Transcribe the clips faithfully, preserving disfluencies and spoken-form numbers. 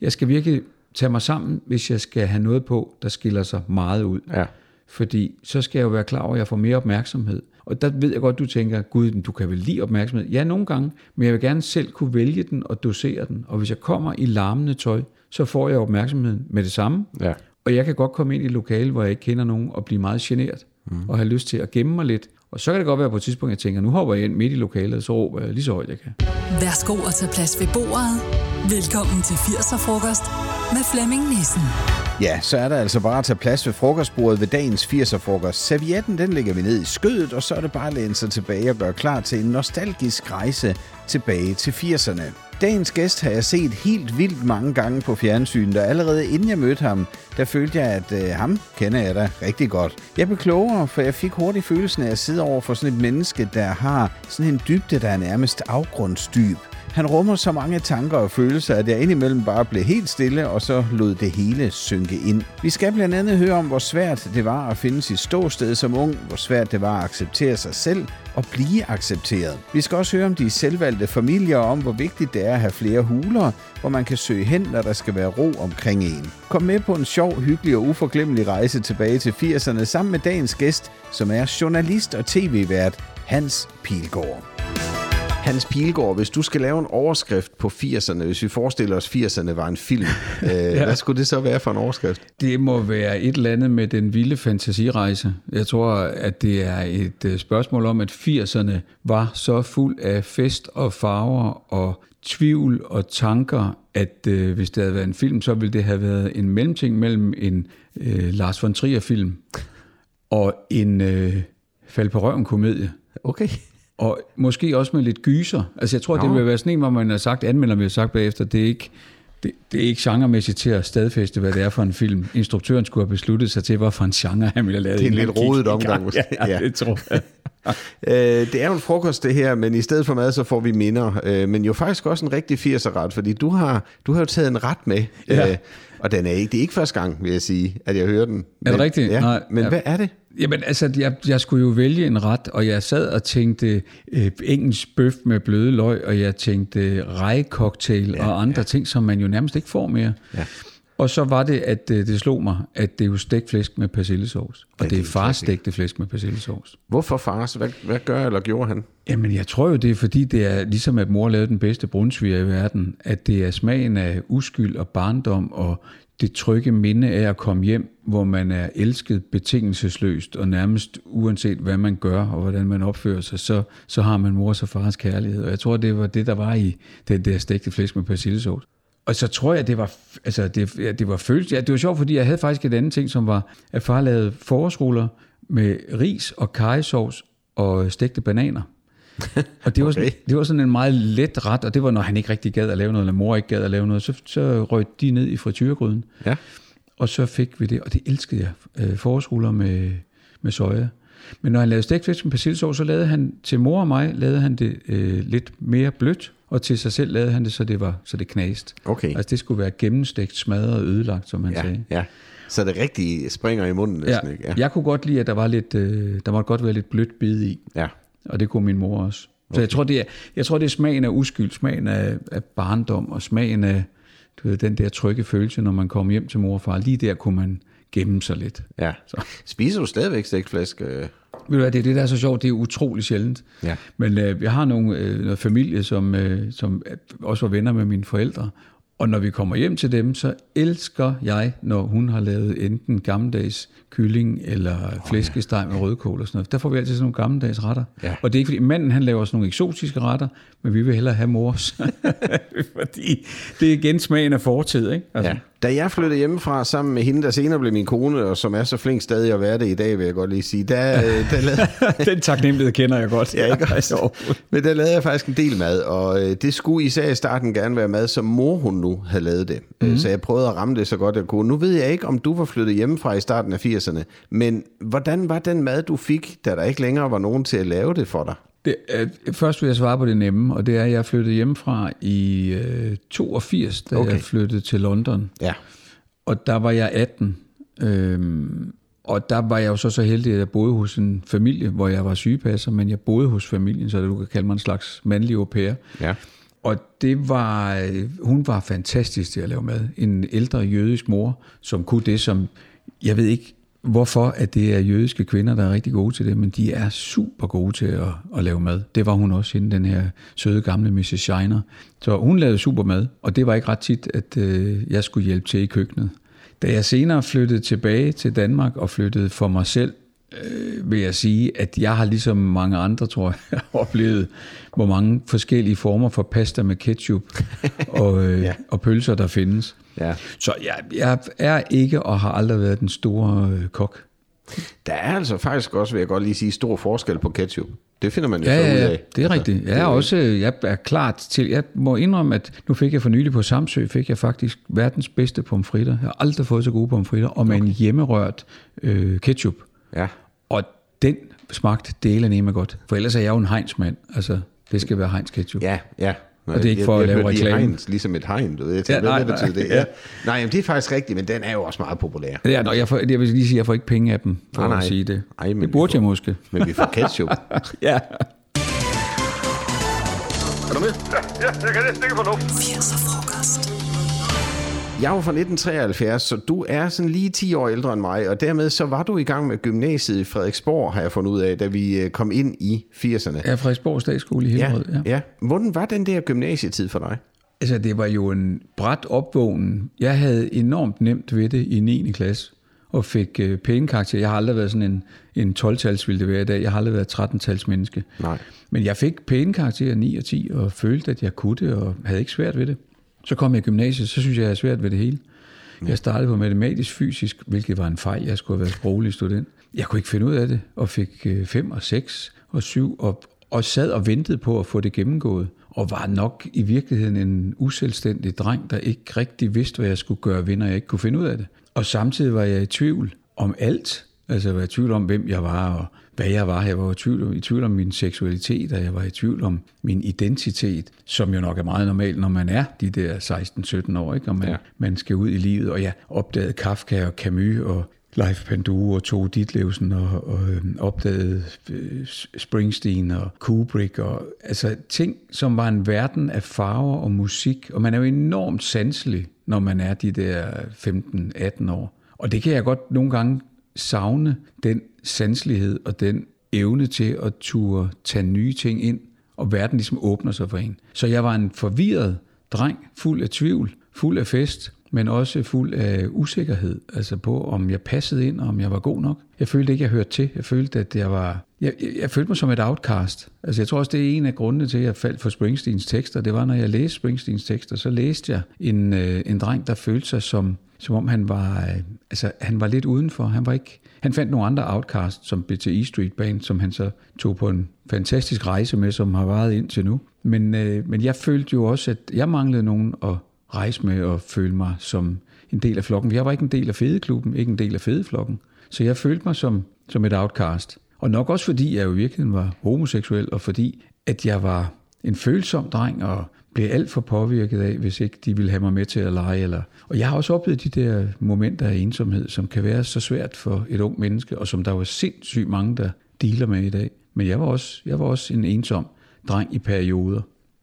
jeg skal virkelig tage mig sammen, hvis jeg skal have noget på, der skiller sig meget ud. Ja. Fordi så skal jeg jo være klar over, at jeg får mere opmærksomhed. Og der ved jeg godt, du tænker, gud, du kan vel lide opmærksomhed? Ja, nogle gange, men jeg vil gerne selv kunne vælge den og dosere den. Og hvis jeg kommer i larmende tøj, så får jeg opmærksomheden med det samme. Ja. Og jeg kan godt komme ind i et lokale, hvor jeg ikke kender nogen, og blive meget generet, mm. og have lyst til at gemme mig lidt. Og så kan det godt være på et tidspunkt, jeg tænker, nu hopper jeg ind midt i lokalet, og så råber jeg lige så højt, jeg kan. Værsgo at tage plads ved bordet. Velkommen til firser-frokost med Flemming Nissen. Ja, så er der altså bare at tage plads ved frokostbordet ved dagens firser-frokost. Servietten, den lægger vi ned i skødet, og så er det bare at læne sig tilbage og gøre klar til en nostalgisk rejse tilbage til firserne. Dagens gæst har jeg set helt vildt mange gange på fjernsynet, og allerede inden jeg mødte ham, der følte jeg, at øh, ham kender jeg da rigtig godt. Jeg blev klogere, for jeg fik hurtigt følelsen af at sidde over for sådan et menneske, der har sådan en dybde, der er nærmest afgrundsdyb. Han rummer så mange tanker og følelser, at jeg indimellem bare blev helt stille, og så lod det hele synke ind. Vi skal blandt andet høre om, hvor svært det var at finde sit ståsted som ung, hvor svært det var at acceptere sig selv og blive accepteret. Vi skal også høre om de selvvalgte familier, og om hvor vigtigt det er at have flere huler, hvor man kan søge hen, når der skal være ro omkring en. Kom med på en sjov, hyggelig og uforglemmelig rejse tilbage til firserne sammen med dagens gæst, som er journalist og tv-vært Hans Pilgaard. Hans Pilgaard, hvis du skal lave en overskrift på firserne, hvis vi forestiller os, firserne var en film, øh, ja. Hvad skulle det så være for en overskrift? Det må være et eller andet med den vilde fantasirejse. Jeg tror, at det er et spørgsmål om, at firserne var så fuld af fest og farver og tvivl og tanker, at øh, hvis det havde været en film, så ville det have været en mellemting mellem en øh, Lars von Trier-film og en øh, fald på røven-komedie. Okay. Og måske også med lidt gyser. Altså jeg tror, Nå. det vil være sådan en, hvor man har sagt, anmelder vi har sagt bagefter, det er ikke, det, det er ikke genremæssigt til at stadfæste, hvad det er for en film. Instruktøren skulle have besluttet sig til, hvad for en genre han ville have lavet. Det er en lidt rodet omgang. Ja, ja, ja, det tror jeg. øh, det er jo en frokost det her, men i stedet for mad, så får vi minder. Øh, men jo faktisk også en rigtig firser-ret, fordi du har, du har jo taget en ret med. Ja. Øh, og den er ikke, det er ikke første gang, vil jeg sige, at jeg hører den. Men, er det rigtigt? Ja, Nej. Men ja. hvad er det? Jamen altså, jeg, jeg skulle jo vælge en ret, og jeg sad og tænkte øh, engelsk bøf med bløde løg, og jeg tænkte rejecocktail ja, og andre ja. ting, som man jo nærmest ikke får mere. Ja. Og så var det, at øh, det slog mig, at det er jo stegt flæsk med persillesauce. Og ja, det, det er fars stegte flæsk med persillesauce. Hvorfor fars? Hvad, hvad gør eller gjorde han? Jamen jeg tror jo, det er fordi, det er ligesom at mor lavede den bedste brunsviger i verden, at det er smagen af uskyld og barndom og det trygge minde af at komme hjem, hvor man er elsket betingelsesløst, og nærmest uanset hvad man gør, og hvordan man opfører sig, så, så har man mors og fars kærlighed. Og jeg tror, det var det, der var i den der stegte flæsk med persillesauce. Og så tror jeg, det var, altså det, det var følelse. Ja, det var sjovt, fordi jeg havde faktisk et andet ting, som var, at far lavede forårsruller med ris og karrysauce og stegte bananer. Og det var, okay. sådan, det var sådan en meget let ret, og det var, når han ikke rigtig gad at lave noget, eller mor ikke gad at lave noget, så, så røg de ned i frityregryden. Ja. Og så fik vi det, og det elskede jeg, øh, forårsruller med, med soja. Men når han lavede stegt flæsk med persillesauce, så lavede han til mor og mig, lavede han det øh, lidt mere blødt, og til sig selv lavede han det, så det var så det knast. Okay. Altså det skulle være gennemstegt, smadret og ødelagt, som han ja, sagde. Ja. Så det rigtig springer i munden næsten, ja. ikke? Ja. Jeg kunne godt lide, at der var lidt, øh, der måtte godt være lidt blødt bid i. Ja. Og det kunne min mor også. Okay. Så jeg tror, det er, jeg tror, det er smagen af uskyld, smagen af, af barndom, og smagen af du ved, den der trygge følelse, når man kommer hjem til mor og far. Lige der kunne man gemme sig lidt. Ja. Så. Spiser du stadigvæk stegt flæsk? Øh? Ved du hvad, det er det, der er så sjovt. Det er utrolig sjældent. Ja. Men øh, jeg har nogle, øh, noget familie, som, øh, som også var venner med mine forældre. Og når vi kommer hjem til dem, så elsker jeg, når hun har lavet enten gammeldags kylling eller flæskesteg med rødkål og sådan noget. Der får vi altid sådan nogle gammeldags retter. Ja. Og det er ikke fordi, manden han laver sådan nogle eksotiske retter, men vi vil hellere have mors. Fordi det er igen smagen af fortid, ikke? Altså. Ja. Da jeg flyttede hjemmefra sammen med hende, der senere blev min kone, og som er så flink stadig at være det i dag, vil jeg godt lige sige, der, der lavede... Den taknemmelighed kender jeg godt. Ja, ikke også? Men der lavede jeg faktisk en del mad, og det skulle især i starten gerne være mad, som mor hun nu havde lavet det. Mm-hmm. Så jeg prøvede at ramme det så godt jeg kunne. Nu ved jeg ikke, om du var flyttet hjemmefra i starten af firserne, men hvordan var den mad, du fik, da der ikke længere var nogen til at lave det for dig? Det, øh, først vil jeg svare på det nemme, og det er, at jeg flyttede hjemmefra i øh, toogfirs, da okay. jeg flyttede til London. Ja. Og der var jeg atten, øhm, og der var jeg jo så så heldig, at jeg boede hos en familie, hvor jeg var sygepasser, men jeg boede hos familien, så du kan kalde mig en slags mandlig au pair. Ja. Og det var, hun var fantastisk til at lave mad. En ældre jødisk mor, som kunne det, som, jeg ved ikke hvorfor, at det er jødiske kvinder, der er rigtig gode til det, men de er super gode til at, at lave mad. Det var hun også hende, den her søde gamle missus Shiner. Så hun lavede super mad, og det var ikke ret tit, at øh, jeg skulle hjælpe til i køkkenet. Da jeg senere flyttede tilbage til Danmark og flyttede for mig selv, øh, vil jeg sige, at jeg har ligesom mange andre, tror jeg, oplevet, hvor mange forskellige former for pasta med ketchup og, øh, ja. og pølser, der findes. Ja. Så jeg, jeg er ikke og har aldrig været den store øh, kok. Der er altså faktisk også, vil jeg godt lige sige, stor forskel på ketchup. Det finder man jo ja, så ud af. af. Det er altså, rigtigt. Jeg er, også, jeg er klart til, jeg må indrømme, at nu fik jeg for nylig på Samsø, fik jeg faktisk verdens bedste pomfritter. Jeg har aldrig fået så gode pomfritter, og med okay. en hjemmerørt øh, ketchup. Ja. Og den smagte deleneme godt. For ellers er jeg jo en Heinz-mand. Altså, det skal være Heinz ketchup. Ja, ja. Og det er ikke for jeg, jeg at lave reklame. Heinz, ligesom et hegn, du ved. Jeg tænker, ja, nej, hvad betyder det? Ja. Ja. Nej, men det er faktisk rigtigt, men den er jo også meget populær. Ja, nå, jeg, får, jeg vil lige sige, at jeg får ikke penge af dem, for nej, nej. at sige det. Ej, men det burde får, jeg måske. Men vi får ketchup. Ja. Er du med? Ja, ja, jeg kan næsten ikke få nu. firserne Frokost. Jeg var fra nitten treoghalvfjerds, så du er sådan lige ti år ældre end mig, og dermed så var du i gang med gymnasiet i Frederiksborg, har jeg fundet ud af, da vi kom ind i firserne. Ja, Frederiksborg Statsskole i Hillerød. Ja, ja. ja. Hvordan var den der gymnasietid for dig? Altså, det var jo en brat opvågning. Jeg havde enormt nemt ved det i niende klasse, og fik øh, pæne karakterer. Jeg har aldrig været sådan en, en tolv-tals, ville det være i dag. Jeg har aldrig været tretten-tals menneske. Nej. Men jeg fik pæne karakterer ni og ti, og følte, at jeg kunne det, og havde ikke svært ved det. Så kom jeg i gymnasiet, så synes jeg, jeg havde svært ved det hele. Jeg startede på matematisk fysisk, hvilket var en fejl. Jeg skulle have været sproglig student. Jeg kunne ikke finde ud af det, og fik fem og seks og syv, og, og sad og ventede på at få det gennemgået. Og var nok i virkeligheden en uselvstændig dreng, der ikke rigtig vidste, hvad jeg skulle gøre ved, når jeg ikke kunne finde ud af det. Og samtidig var jeg i tvivl om alt. Altså jeg var i tvivl om, hvem jeg var, og hvad jeg var. Jeg var i tvivl, i tvivl om min seksualitet, og jeg var i tvivl om min identitet, som jo nok er meget normalt, når man er de der seksten sytten år, ikke? Og man, ja. man skal ud i livet. Og jeg opdagede Kafka og Camus og Leif Panduro og Tove Ditlevsen og, og øhm, opdagede øh, Springsteen og Kubrick og altså ting, som var en verden af farver og musik. Og man er jo enormt sanselig, når man er de der femten atten år. Og det kan jeg godt nogle gange savne, den sanselighed og den evne til at turde tage nye ting ind, og verden ligesom åbner sig for en. Så jeg var en forvirret dreng, fuld af tvivl, fuld af fest, men også fuld af usikkerhed, altså på, om jeg passede ind, og om jeg var god nok. Jeg følte ikke, jeg hørte til. Jeg følte, at jeg var... Jeg, jeg, jeg følte mig som et outcast. Altså, jeg tror også, det er en af grundene til, at jeg faldt for Springsteens tekster. Det var, når jeg læste Springsteens tekster, så læste jeg en, øh, en dreng, der følte sig som, som om han var... Øh, altså, han var lidt udenfor. Han var ikke... Han fandt nogle andre outcasts, som B T E Street Band, som han så tog på en fantastisk rejse med, som har varet indtil nu. Men, øh, men jeg følte jo også, at jeg manglede nogen at rejse med og føle mig som en del af flokken. Jeg var ikke en del af fedeklubben, ikke en del af fedeflokken. Så jeg følte mig som, som et outcast. Og nok også fordi jeg jo virkelig var homoseksuel, og fordi at jeg var en følsom dreng, og blev alt for påvirket af, hvis ikke de ville have mig med til at lege. Eller... Og jeg har også oplevet de der momenter af ensomhed, som kan være så svært for et ung menneske, og som der var sindssygt mange, der dealer med i dag. Men jeg var også, jeg var også en ensom dreng i perioder.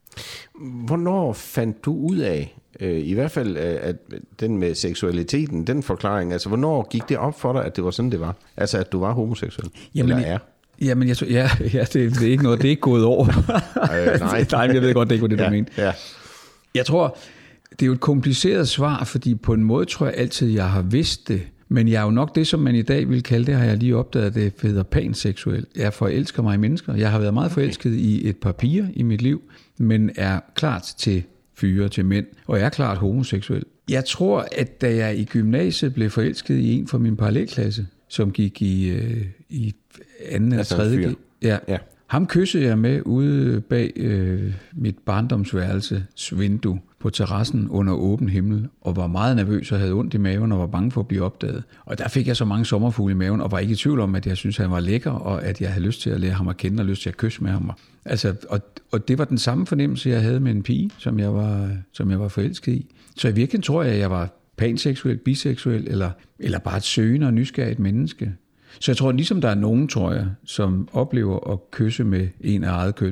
Hvornår fandt du ud af, øh, i hvert fald at den med seksualiteten, den forklaring, altså hvornår gik det op for dig, at det var sådan, det var? Altså at du var homoseksuel? Jamen, eller er? Jamen, jeg tror, ja, ja det, det er ikke noget, det er ikke gået over. øh, nej. nej, jeg ved godt, det er ikke det, du ja, mente. Ja. Jeg tror, det er jo et kompliceret svar, fordi på en måde tror jeg altid, jeg har vidst det. Men jeg er jo nok det, som man i dag vil kalde det, har jeg lige opdaget, det hedder panseksuel. Jeg forelsker mig i mennesker. Jeg har været meget forelsket okay. i et par piger i mit liv, men er klart til fyre, til mænd, og jeg er klart homoseksuel. Jeg tror, at da jeg i gymnasiet blev forelsket i en fra min parallelklasse, som gik i, øh, i anden eller tredje. Ja. ja. Ham kyssede jeg med ude bag øh, mit barndomsværelses vindue på terrassen under åben himmel, og var meget nervøs og havde ondt i maven og var bange for at blive opdaget. Og der fik jeg så mange sommerfugle i maven, og var ikke i tvivl om, at jeg synes han var lækker, og at jeg havde lyst til at lære ham at kende, og lyst til at kysse med ham. Altså, og, og det var den samme fornemmelse, jeg havde med en pige, som jeg var, som jeg var forelsket i. Så i virkeligheden tror jeg, at jeg var panseksuel, biseksuel, eller, eller bare et søgende og nysgerrigt menneske. Så jeg tror, ligesom der er nogen, tror jeg, som oplever at kysse med en af eget køn,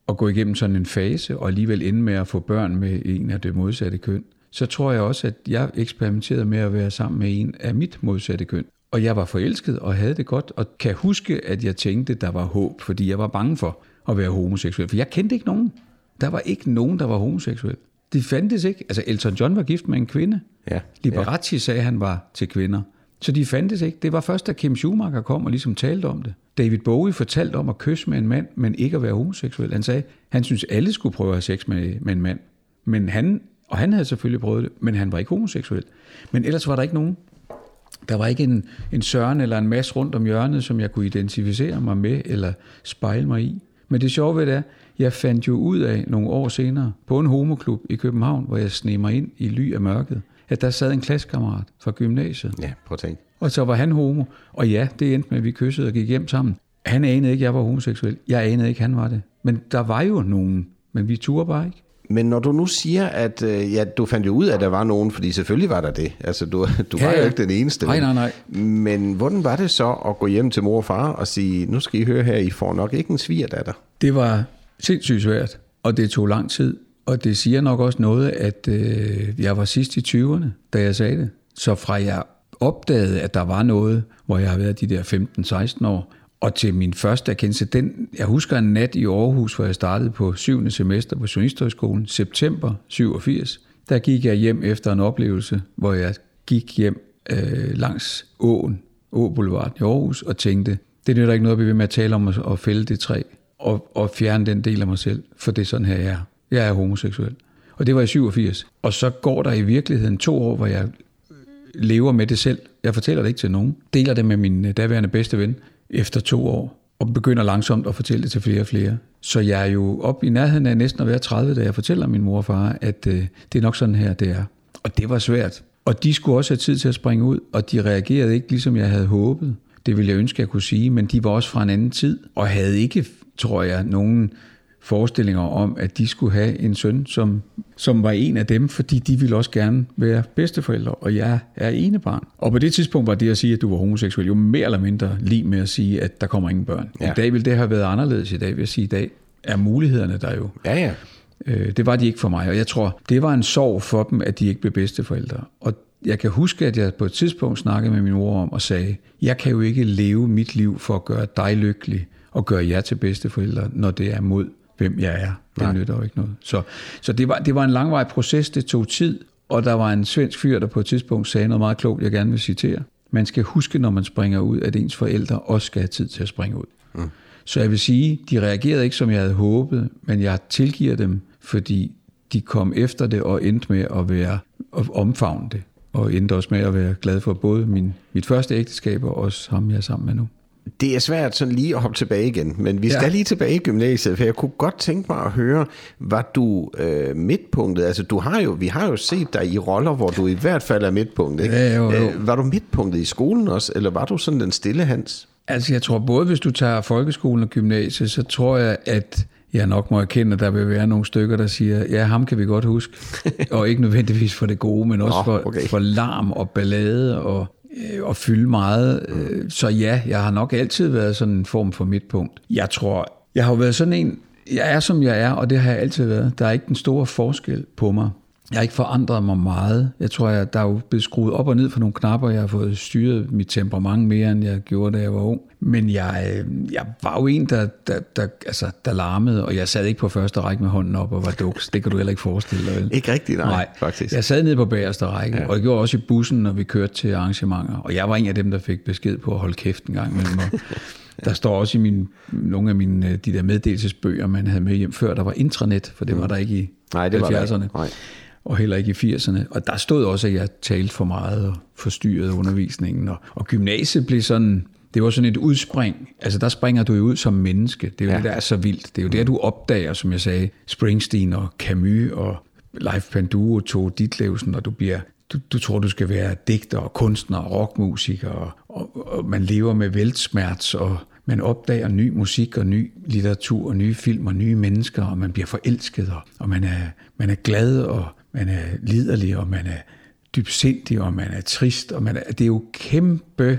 at gå igennem sådan en fase, og alligevel ende med at få børn med en af det modsatte køn, så tror jeg også, at jeg eksperimenterede med at være sammen med en af mit modsatte køn. Og jeg var forelsket og havde det godt, og kan huske, at jeg tænkte, der var håb, fordi jeg var bange for at være homoseksuel. For jeg kendte ikke nogen. Der var ikke nogen, der var homoseksuel. Det fandtes ikke. Altså Elton John var gift med en kvinde. Ja, Liberace ja. sagde, at han var til kvinder. Så de fandtes ikke. Det var først, da Kim Schumacher kom og ligesom talte om det. David Bowie fortalte om at kysse med en mand, men ikke at være homoseksuel. Han sagde, han synes alle skulle prøve at have sex med, med en mand. Men han, og han havde selvfølgelig prøvet det, men han var ikke homoseksuel. Men ellers var der ikke nogen. Der var ikke en, en Søren eller en Mads rundt om hjørnet, som jeg kunne identificere mig med eller spejle mig i. Men det sjove ved det er, jeg fandt jo ud af nogle år senere på en homoklub i København, hvor jeg sneg mig ind i ly af mørket, at der sad en klassekammerat fra gymnasiet. Ja, prøv at tænke. Og så var han homo. Og ja, det endte med, at vi kyssede og gik hjem sammen. Han anede ikke, at jeg var homoseksuel. Jeg anede ikke, at han var det. Men der var jo nogen, men vi turde bare ikke. Men når du nu siger, at øh, ja, du fandt jo ud af, at der var nogen, fordi selvfølgelig var der det. Altså, du, du ja, var jo ja. ikke den eneste. Nej, nej, nej. Men hvordan var det så at gå hjem til mor og far og sige, nu skal I høre her, I får nok ikke en svigerdatter? Det var sindssygt svært, og det tog lang tid. Og det siger nok også noget, at øh, jeg var sidst i tyverne, da jeg sagde det. Så fra jeg opdagede, at der var noget, hvor jeg har været de der femten seksten år, og til min første erkendelse, den, jeg husker en nat i Aarhus, hvor jeg startede på syvende semester på Journalisthøjskolen, september syvogfirs. Der gik jeg hjem efter en oplevelse, hvor jeg gik hjem øh, langs åen, Åboulevarden i Aarhus, og tænkte, det nytter ikke noget at blive ved med at tale om at, at fælde det træ, og, og fjerne den del af mig selv, for det er sådan her, jeg er. Jeg er homoseksuel. Og det var i syvogfirs. Og så går der i virkeligheden to år, hvor jeg lever med det selv. Jeg fortæller det ikke til nogen. Deler det med min daværende bedste ven efter to år. Og begynder langsomt at fortælle det til flere og flere. Så jeg er jo op i nærheden af næsten at være tredive, da jeg fortæller min mor og far, at øh, det er nok sådan her, det er. Og det var svært. Og de skulle også have tid til at springe ud, og de reagerede ikke, ligesom jeg havde håbet. Det ville jeg ønske, jeg kunne sige, men de var også fra en anden tid, og havde ikke, tror jeg, nogen forestillinger om, at de skulle have en søn, som, som var en af dem, fordi de ville også gerne være bedsteforældre, og jeg er enebarn. Og på det tidspunkt var det at sige, at du var homoseksuel, jo mere eller mindre lige med at sige, at der kommer ingen børn. Ja. I dag ville det have været anderledes. I dag vil jeg sige, i dag er mulighederne der jo. Ja, ja. Øh, det var de ikke for mig, og jeg tror, det var en sorg for dem, at de ikke blev bedsteforældre. Og jeg kan huske, at jeg på et tidspunkt snakkede med min mor om og sagde, jeg kan jo ikke leve mit liv for at gøre dig lykkelig og gøre jer til bedsteforældre, når det er mod hvem jeg er. Det Nej. Nytter jo ikke noget. Så, så det, var, det var en langvarig proces, det tog tid, og der var en svensk fyr, der på et tidspunkt sagde noget meget klogt, jeg gerne vil citere. Man skal huske, når man springer ud, at ens forældre også skal have tid til at springe ud. Mm. Så jeg vil sige, de reagerede ikke, som jeg havde håbet, men jeg tilgiver dem, fordi de kom efter det og endte med at være at omfavne det, og endte også med at være glad for både min, mit første ægteskab og også ham, jeg er sammen med nu. Det er svært sådan lige at hoppe tilbage igen, men vi skal ja. lige tilbage i gymnasiet, for jeg kunne godt tænke mig at høre, var du øh, midtpunktet? Altså, du har jo, vi har jo set dig i roller, hvor du i hvert fald er midtpunktet. Ikke? Ja, jo, jo. Øh, var du midtpunktet i skolen også, eller var du sådan den stille Hans? Altså, jeg tror både, hvis du tager folkeskolen og gymnasiet, så tror jeg, at jeg nok må erkende, at der vil være nogle stykker, der siger, ja, ham kan vi godt huske. Og ikke nødvendigvis for det gode, men også for, okay. for larm og ballade og og fylde meget. Så ja, jeg har nok altid været sådan en form for midtpunkt. Jeg tror, jeg har jo været sådan en, jeg er som jeg er, og det har jeg altid været. Der er ikke den store forskel på mig. Jeg har ikke forandret mig meget. Jeg tror, at der er jo blevet skruet op og ned for nogle knapper. Jeg har fået styret mit temperament mere, end jeg gjorde, da jeg var ung. Men jeg, jeg var jo en, der, der, der, altså, der larmede, og jeg sad ikke på første række med hånden op og var duks. Det kan du heller ikke forestille dig, vel? Ikke rigtigt, nej, nej, faktisk. Jeg sad nede på bagerste række, ja. Og jeg gjorde også i bussen, når vi kørte til arrangementer. Og jeg var en af dem, der fik besked på at holde kæft en gang imellem. Der står også i min, nogle af mine, de der meddelelsesbøger, man havde med hjem før, der var intranet, for det var der ikke i nej, det halvfjerdserne. Var og heller ikke i firserne. Og der stod også, at jeg talte for meget og forstyrrede undervisningen. Og, og gymnasiet blev sådan, det var sådan et udspring. Altså der springer du jo ud som menneske. Det er jo ja. det, der er så vildt. Det er jo der, du opdager, som jeg sagde, Springsteen og Camus og Leif Panduro og Tove Ditlevsen, og du bliver, du, du tror, du skal være digter og kunstner og rockmusiker, og, og, og man lever med veltsmerts, og man opdager ny musik og ny litteratur og nye film og nye mennesker, og man bliver forelsket, og, og man, er, man er glad, og man er liderlig, og man er dybsindig, og man er trist, og man er, det er jo kæmpe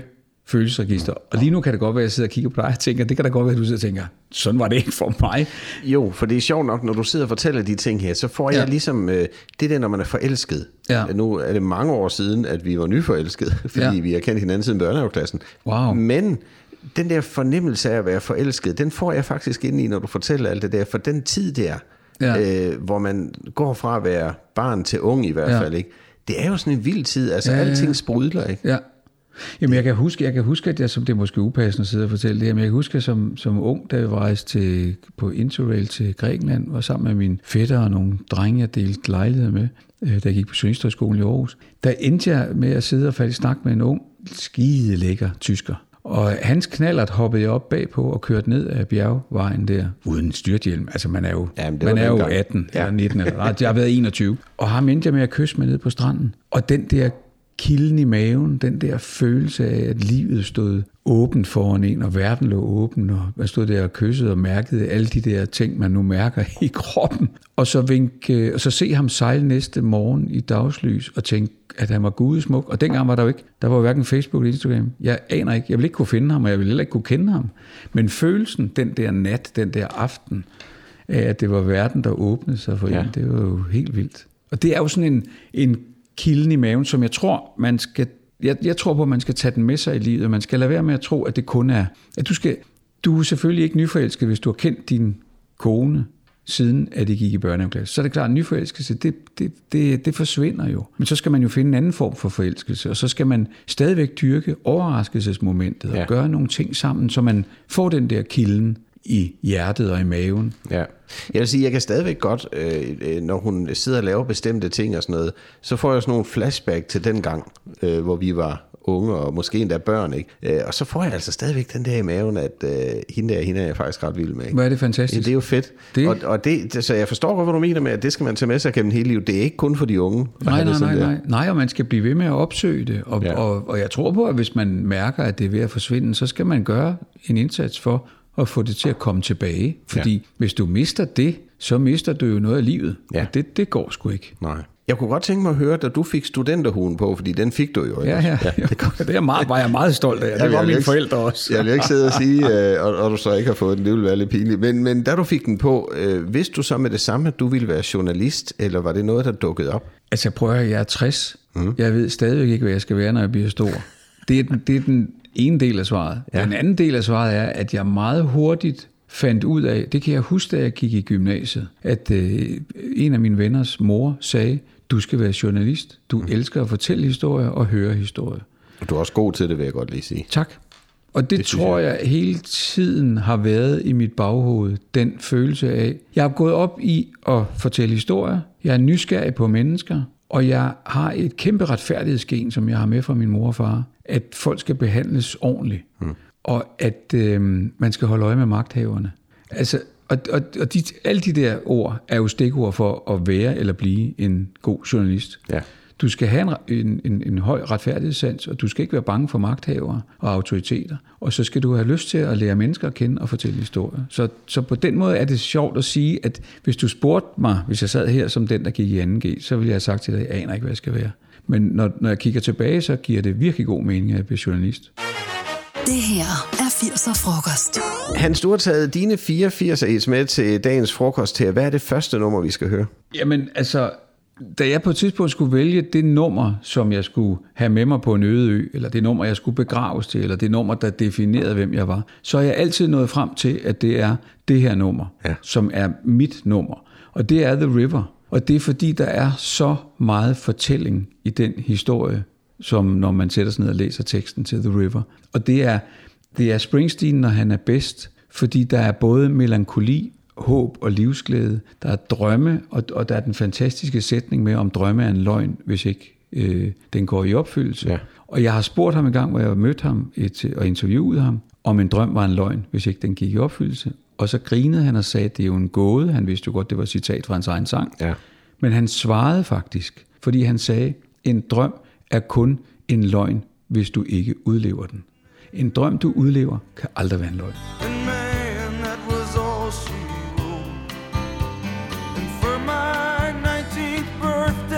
følelsesregister. Og lige nu kan det godt være, at jeg sidder og kigger på dig og tænker, det kan da godt være, at du sidder og tænker, sådan var det ikke for mig. Jo, for det er sjovt nok, når du sidder og fortæller de ting her, så får jeg ja. ligesom, øh, det der, når man er forelsket. Ja. Nu er det mange år siden, at vi var nyforelskede, fordi ja. vi har kendt hinanden siden børnehaveklassen. Wow. Men den der fornemmelse af at være forelsket, den får jeg faktisk ind i, når du fortæller alt det der, for den tid der, ja. øh, hvor man går fra at være barn til ung i hvert ja. fald, ikke? Det er jo sådan en vild tid, altså ja, ja, ja. alting sprudler, ikke? Ja. Jamen jeg kan huske, jeg kan huske, at jeg, som det er måske upassende at sidde og fortælle det, men jeg kan huske, at som, som ung, da jeg var rejst til, på Interrail til Grækenland, var sammen med min fætter og nogle drenge, jeg delte lejlighed med, da jeg gik på Journalisthøjskolen i Aarhus. Der endte jeg med at sidde og falde i snak med en ung, skide lækker tysker. Og hans knallert hoppede jeg op bagpå og kørte ned af bjergvejen der, uden styrthjelm. Altså man er jo, Jamen, man er jo atten ja. eller nitten, eller nej, jeg har været enogtyve. Og ham endte jeg med at kysse mig ned på stranden. Og den der kilden i maven, den der følelse af, at livet stod åbent foran en, og verden lå åben, og man stod der og kyssede og mærkede alle de der ting, man nu mærker i kroppen. Og så, vinke, og så se ham sejle næste morgen i dagslys, og tænke, at han var gudesmuk. Og dengang var der jo ikke, der var jo hverken Facebook eller Instagram. Jeg aner ikke, jeg ville ikke kunne finde ham, og jeg ville heller ikke kunne kende ham. Men følelsen, den der nat, den der aften, af at det var verden, der åbnede sig for ja. en, det var jo helt vildt. Og det er jo sådan en, en kilden i maven, som jeg tror, man skal, jeg, jeg tror på, at man skal tage den med sig i livet, og man skal lade være med at tro, at det kun er, at du skal, du er selvfølgelig ikke nyforelsket, hvis du har kendt din kone, siden at de gik i børnehaveklasse. Så er det klart, at nyforelskelse, det, det, det, det forsvinder jo. Men så skal man jo finde en anden form for forelskelse, og så skal man stadigvæk dyrke overraskelsesmomentet, ja. og gøre nogle ting sammen, så man får den der kilden i hjertet og i maven. Ja. Jeg vil sige, jeg kan stadigvæk godt, øh, når hun sidder og laver bestemte ting og sådan noget, så får jeg sådan nogle flashback til den gang, øh, hvor vi var unge og måske endda børn, ikke? Øh, og så får jeg altså stadigvæk den der i maven, at øh, hende der, hende er jeg faktisk ret vild med. Ikke? Hvor er det fantastisk. Ja, det er jo fedt. Det? Og, og det, så jeg forstår godt, hvad du mener med, at det skal man tage med sig gennem hele livet. Det er ikke kun for de unge. Nej, nej, nej, nej. Nej, og man skal blive ved med at opsøge det. Og, ja. og, og jeg tror på, at hvis man mærker, at det er ved at forsvinde, så skal man gøre en indsats for at få det til at komme tilbage. Fordi ja. hvis du mister det, så mister du jo noget af livet. Ja. Og det, det går sgu ikke. Nej. Jeg kunne godt tænke mig at høre, da du fik studenterhuen på, fordi den fik du jo. Ja, ja, ja. Det, det er meget, var jeg meget stolt af. Det var mine forældre også. Jeg vil ikke sidde og sige, og, og du så ikke har fået den, det ville være lidt pinligt. Men, men da du fik den på, øh, vidste du så med det samme, at du ville være journalist, eller var det noget, der dukkede op? Altså jeg prøver, jeg er tres. Mm. Jeg ved stadigvæk ikke, hvad jeg skal være, når jeg bliver stor. Det er den, det er den ene del af svaret. Ja. Den anden del af svaret er, at jeg meget hurtigt fandt ud af, det kan jeg huske, da jeg gik i gymnasiet, at øh, en af mine venners mor sagde, du skal være journalist. Du mm. elsker at fortælle historier og høre historier. Og du er også god til det, vil jeg godt lige sige. Tak. Og det, det tror jeg. jeg hele tiden har været i mit baghoved, den følelse af, jeg har gået op i at fortælle historier, jeg er nysgerrig på mennesker, og jeg har et kæmpe retfærdighedsgen, som jeg har med fra min mor og far, at folk skal behandles ordentligt, mm. og at øh, man skal holde øje med magthaverne. Altså, og, og, og de, alle de der ord er jo stikord for at være eller blive en god journalist. Ja. Du skal have en, en, en, en høj retfærdighedssans, og du skal ikke være bange for magthavere og autoriteter. Og så skal du have lyst til at lære mennesker at kende og fortælle historier. Så, så på den måde er det sjovt at sige, at hvis du spurgte mig, hvis jeg sad her som den, der gik i anden G, så ville jeg have sagt til dig, at jeg aner ikke, hvad jeg skal være. Men når, når jeg kigger tilbage, så giver det virkelig god mening, at jeg bliver journalist. Det her er firser Frokost. Hans, du har taget dine fireogfirs med til dagens frokost her. Hvad er det første nummer, vi skal høre? Jamen, altså, da jeg på et tidspunkt skulle vælge det nummer, som jeg skulle have med mig på en øde ø, eller det nummer, jeg skulle begraves til, eller det nummer, der definerede, hvem jeg var, så er jeg altid nået frem til, at det er det her nummer, ja. som er mit nummer. Og det er The River. Og det er fordi, der er så meget fortælling i den historie, som når man sætter sig ned og læser teksten til The River. Og det er, det er Springsteen, når han er bedst, fordi der er både melankoli, håb og livsglæde, der er drømme, og, og der er den fantastiske sætning med, om drømme er en løgn, hvis ikke øh, den går i opfyldelse. Ja. Og jeg har spurgt ham en gang, hvor jeg mødte ham et, og interviewede ham, om en drøm var en løgn, hvis ikke den gik i opfyldelse. Og så grinede han og sagde, at det er jo en gåde. Han vidste jo godt, det var et citat fra hans egen sang. Ja. Men han svarede faktisk, fordi han sagde, en drøm er kun en løgn, hvis du ikke udlever den. En drøm, du udlever, kan aldrig være en løgn.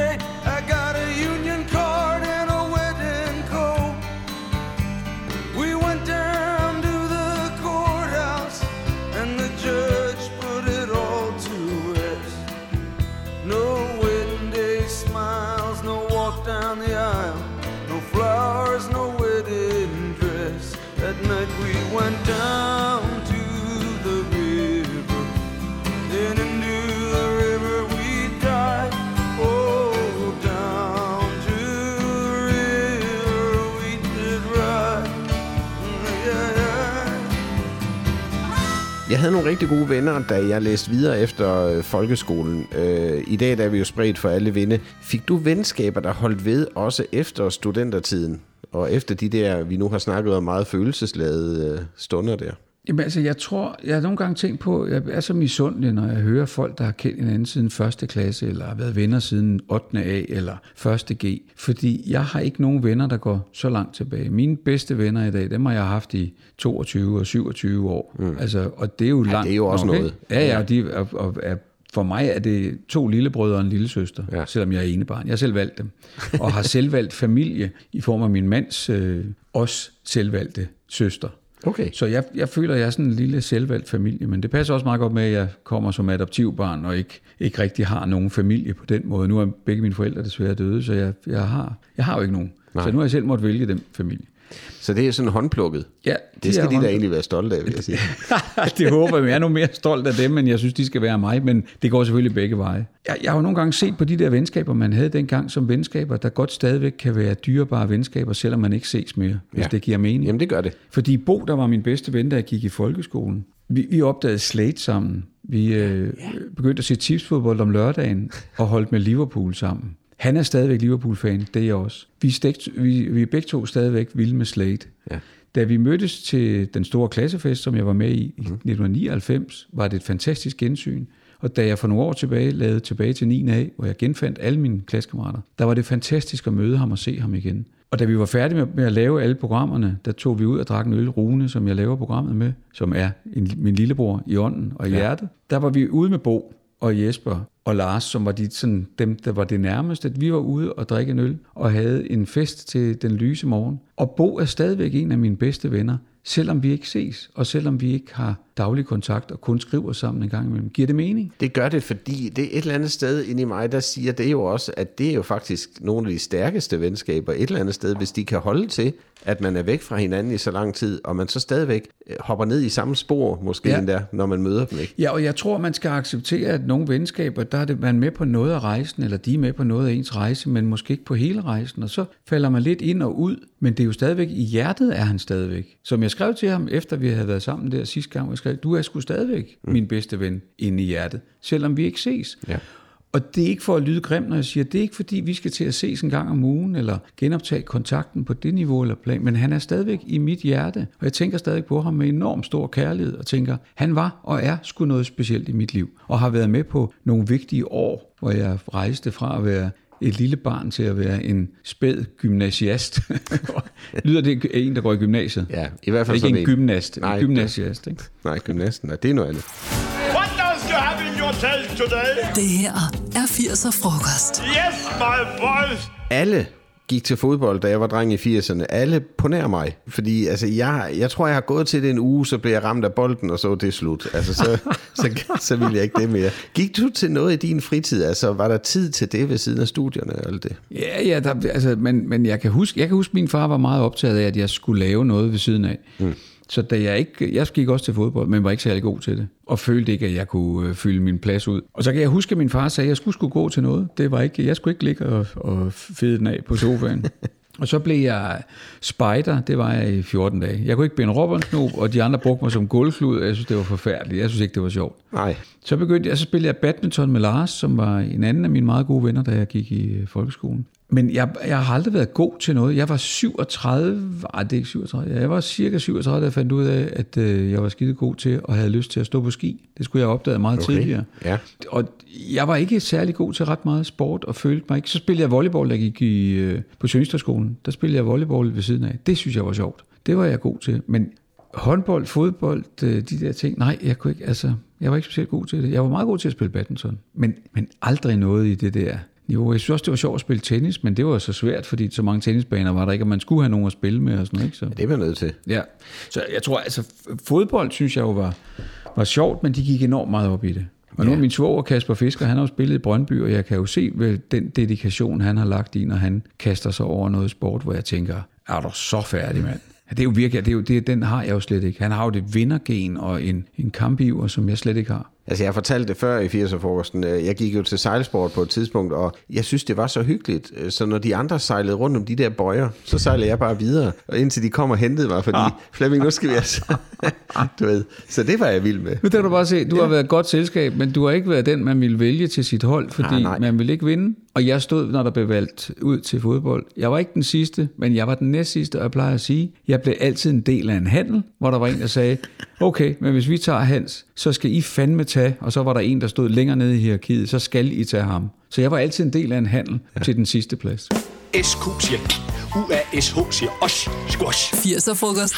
We down to the river, then into the river we dive. Oh, down to the river we did ride. Yeah, yeah. Jeg havde nogle rigtig gode venner, da jeg læste videre efter øh, folkeskolen. Øh, I dag der er vi jo spredt for alle vinde. Fik du venskaber, der holdt ved også efter studentertiden? Og efter de der, vi nu har snakket om, meget følelsesladede øh, stunder der? Jamen altså, jeg tror, jeg har nogle gange tænkt på, jeg er så misundelig, når jeg hører folk, der har kendt hinanden siden første klasse, eller har været venner siden ottende A, eller første G. Fordi jeg har ikke nogen venner, der går så langt tilbage. Mine bedste venner i dag, dem har jeg haft i toogtyve og syvogtyve år. Mm. Altså, og det er jo ja, langt. det er jo også okay? noget. Ja, ja, og, de, og, og, og for mig er det to lillebrødre og en lillesøster, ja. Selvom jeg er enebarn. Jeg har selv valgt dem, og har selv valgt familie i form af min mands øh, også selvvalgte søster. Okay. Så jeg, jeg føler, at jeg er sådan en lille selvvalgt familie, men det passer også meget godt med, at jeg kommer som adoptivbarn og ikke, ikke rigtig har nogen familie på den måde. Nu er begge mine forældre desværre døde, så jeg, jeg, har, jeg har jo ikke nogen. Nej. Så nu har jeg selv måttet vælge den familie. Så det er sådan håndplukket? Ja. Det skal de da egentlig være stolte af, vil jeg sige. Det håber jeg. Jeg er nu mere stolt af dem, men jeg synes, de skal være mig. Men det går selvfølgelig begge veje. Jeg, jeg har jo nogle gange set på de der venskaber, man havde dengang som venskaber, der godt stadigvæk kan være dyrebare venskaber, selvom man ikke ses mere, hvis ja. Det giver mening. Jamen det gør det. Fordi Bo, der var min bedste ven, da jeg gik i folkeskolen. Vi, vi opdagede Slate sammen. Vi øh, ja. begyndte at se tipsfodbold om lørdagen og holdt med Liverpool sammen. Han er stadigvæk Liverpool-fan, det er jeg også. Vi, stegt, vi, vi er begge to stadigvæk vilde med Slate. Ja. Da vi mødtes til den store klassefest, som jeg var med i i mm. nitten nioghalvfems, var det et fantastisk gensyn. Og da jeg for nogle år tilbage lavede tilbage til niende A, hvor jeg genfandt alle mine klassekammerater, der var det fantastisk at møde ham og se ham igen. Og da vi var færdige med, med at lave alle programmerne, der tog vi ud og drak en øl. Rune, som jeg laver programmet med, som er en, min lillebror i ånden og i ja. hjertet. Der var vi ude med Bo og Jesper og Lars, som var de, sådan, dem, der var det nærmeste. Vi var ude og drikke en øl og havde en fest til den lyse morgen. Og Bo er stadigvæk en af mine bedste venner, selvom vi ikke ses, og selvom vi ikke har daglig kontakt og kun skriver sammen en gang imellem. Giver det mening? Det gør det, fordi det er et eller andet sted inde i mig, der siger det jo også, at det er jo faktisk nogle af de stærkeste venskaber et eller andet sted, hvis de kan holde til, at man er væk fra hinanden i så lang tid, og man så stadigvæk hopper ned i samme spor, måske ja. endda, når man møder dem, ikke? Ja, og jeg tror, man skal acceptere, at nogle venskaber, der er det, man med på noget af rejsen, eller de er med på noget af ens rejse, men måske ikke på hele rejsen, og så falder man lidt ind og ud, men det er jo stadigvæk, i hjertet er han stadigvæk. Som jeg skrev til ham, efter vi havde været sammen der sidste gang, jeg skrev, du er sgu stadigvæk mm. min bedste ven inde i hjertet, selvom vi ikke ses. Ja. Og det er ikke for at lyde grimt, når jeg siger, det er ikke fordi, vi skal til at ses en gang om ugen, eller genoptage kontakten på det niveau eller plan, men han er stadigvæk i mit hjerte, og jeg tænker stadig på ham med enormt stor kærlighed, og tænker, han var og er sgu noget specielt i mit liv, og har været med på nogle vigtige år, hvor jeg rejste fra at være et lille barn til at være en spæd gymnasiast. Lyder det en, der går i gymnasiet? Ja, i hvert fald ikke en gymnast. Nej, en gymnasiast, ikke? Nej, gymnasten, det er noget andet. What does you have in your tale today? Det her er firser frokost. Yes, my boys! Alle gik til fodbold, da jeg var dreng i firserne. Alle på nær mig. Fordi altså, jeg, jeg tror, jeg har gået til det en uge, så blev jeg ramt af bolden, og så var det slut. Altså, så, så, så ville jeg ikke det mere. Gik du til noget i din fritid? Altså, var der tid til det ved siden af studierne og alt det? Ja, ja der, altså, men, men jeg kan huske, jeg kan huske, at min far var meget optaget af, at jeg skulle lave noget ved siden af. Mm. Så da jeg ikke, jeg gik også til fodbold, men var ikke særlig god til det. Og følte ikke, at jeg kunne øh, fylde min plads ud. Og så kan jeg huske, at min far sagde, at jeg skulle, skulle gå til noget. Det var ikke, jeg skulle ikke ligge og, og fede den af på sofaen. Og så blev jeg spejder, det var jeg i fjorten dage. Jeg kunne ikke binde robberknob, og de andre brugte mig som gulvklud, og jeg synes, det var forfærdeligt. Jeg synes ikke, det var sjovt. Nej. Så begyndte jeg, så spillede jeg badminton med Lars, som var en anden af mine meget gode venner, da jeg gik i folkeskolen. Men jeg, jeg har aldrig været god til noget. Jeg var syvogtredive, nej det er ikke syvogtredive, jeg var cirka syvogtredive, da jeg fandt ud af, at øh, jeg var skide god til og havde lyst til at stå på ski. Det skulle jeg have opdaget meget okay. tidligere. Ja. Og jeg var ikke særlig god til ret meget sport og følte mig ikke. Så spillede jeg volleyball, da jeg gik i, øh, på Sønderskolen. Der spillede jeg volleyball ved siden af. Det synes jeg var sjovt. Det var jeg god til. Men håndbold, fodbold, de der ting, nej, jeg kunne ikke, altså, jeg var ikke specielt god til det. Jeg var meget god til at spille badminton, men, men aldrig noget i det der niveau. Jeg synes også, det var sjovt at spille tennis, men det var så svært, fordi så mange tennisbaner var der ikke, og man skulle have nogen at spille med og sådan noget, ikke? Så. Ja, det var nødt til. Ja, så jeg tror, altså, fodbold synes jeg jo var, var sjovt, men de gik enormt meget op i det. Og nu er min svoger Kasper Fisker, han har jo spillet i Brøndby, og jeg kan jo se ved den dedikation, han har lagt i, når han kaster sig over noget sport, hvor jeg tænker, er du så færdig, mand? det er jo virkelig, det er jo, det, den har jeg jo slet ikke. Han har jo det vindergen og en, en kampiver, som jeg slet ikke har. Altså, jeg fortalte det før i firser-frokosten. Jeg gik jo til sejlsport på et tidspunkt, og jeg synes, det var så hyggeligt. Så når de andre sejlede rundt om de der bøjer, så sejlede jeg bare videre. Og indtil de kom og hentede mig, fordi ah. Flemming, nu skal vi altså... du ved. Så det var jeg vild med. Nu kan du bare se, du ja. har været et godt selskab, men du har ikke været den, man ville vælge til sit hold, fordi ah, man ville ikke vinde. Og jeg stod, når der blev valgt ud til fodbold. Jeg var ikke den sidste, men jeg var den næstsidste, og jeg plejer at sige, jeg blev altid en del af en handel, hvor der var en, der sagde, okay, men hvis vi tager Hans, så skal I fandme tage, og så var der en, der stod længere nede i hierarkiet, så skal I tage ham. Så jeg var altid en del af en handel ja. til den sidste plads. S Q siger U A S H siger os. Squash. firser-frokost.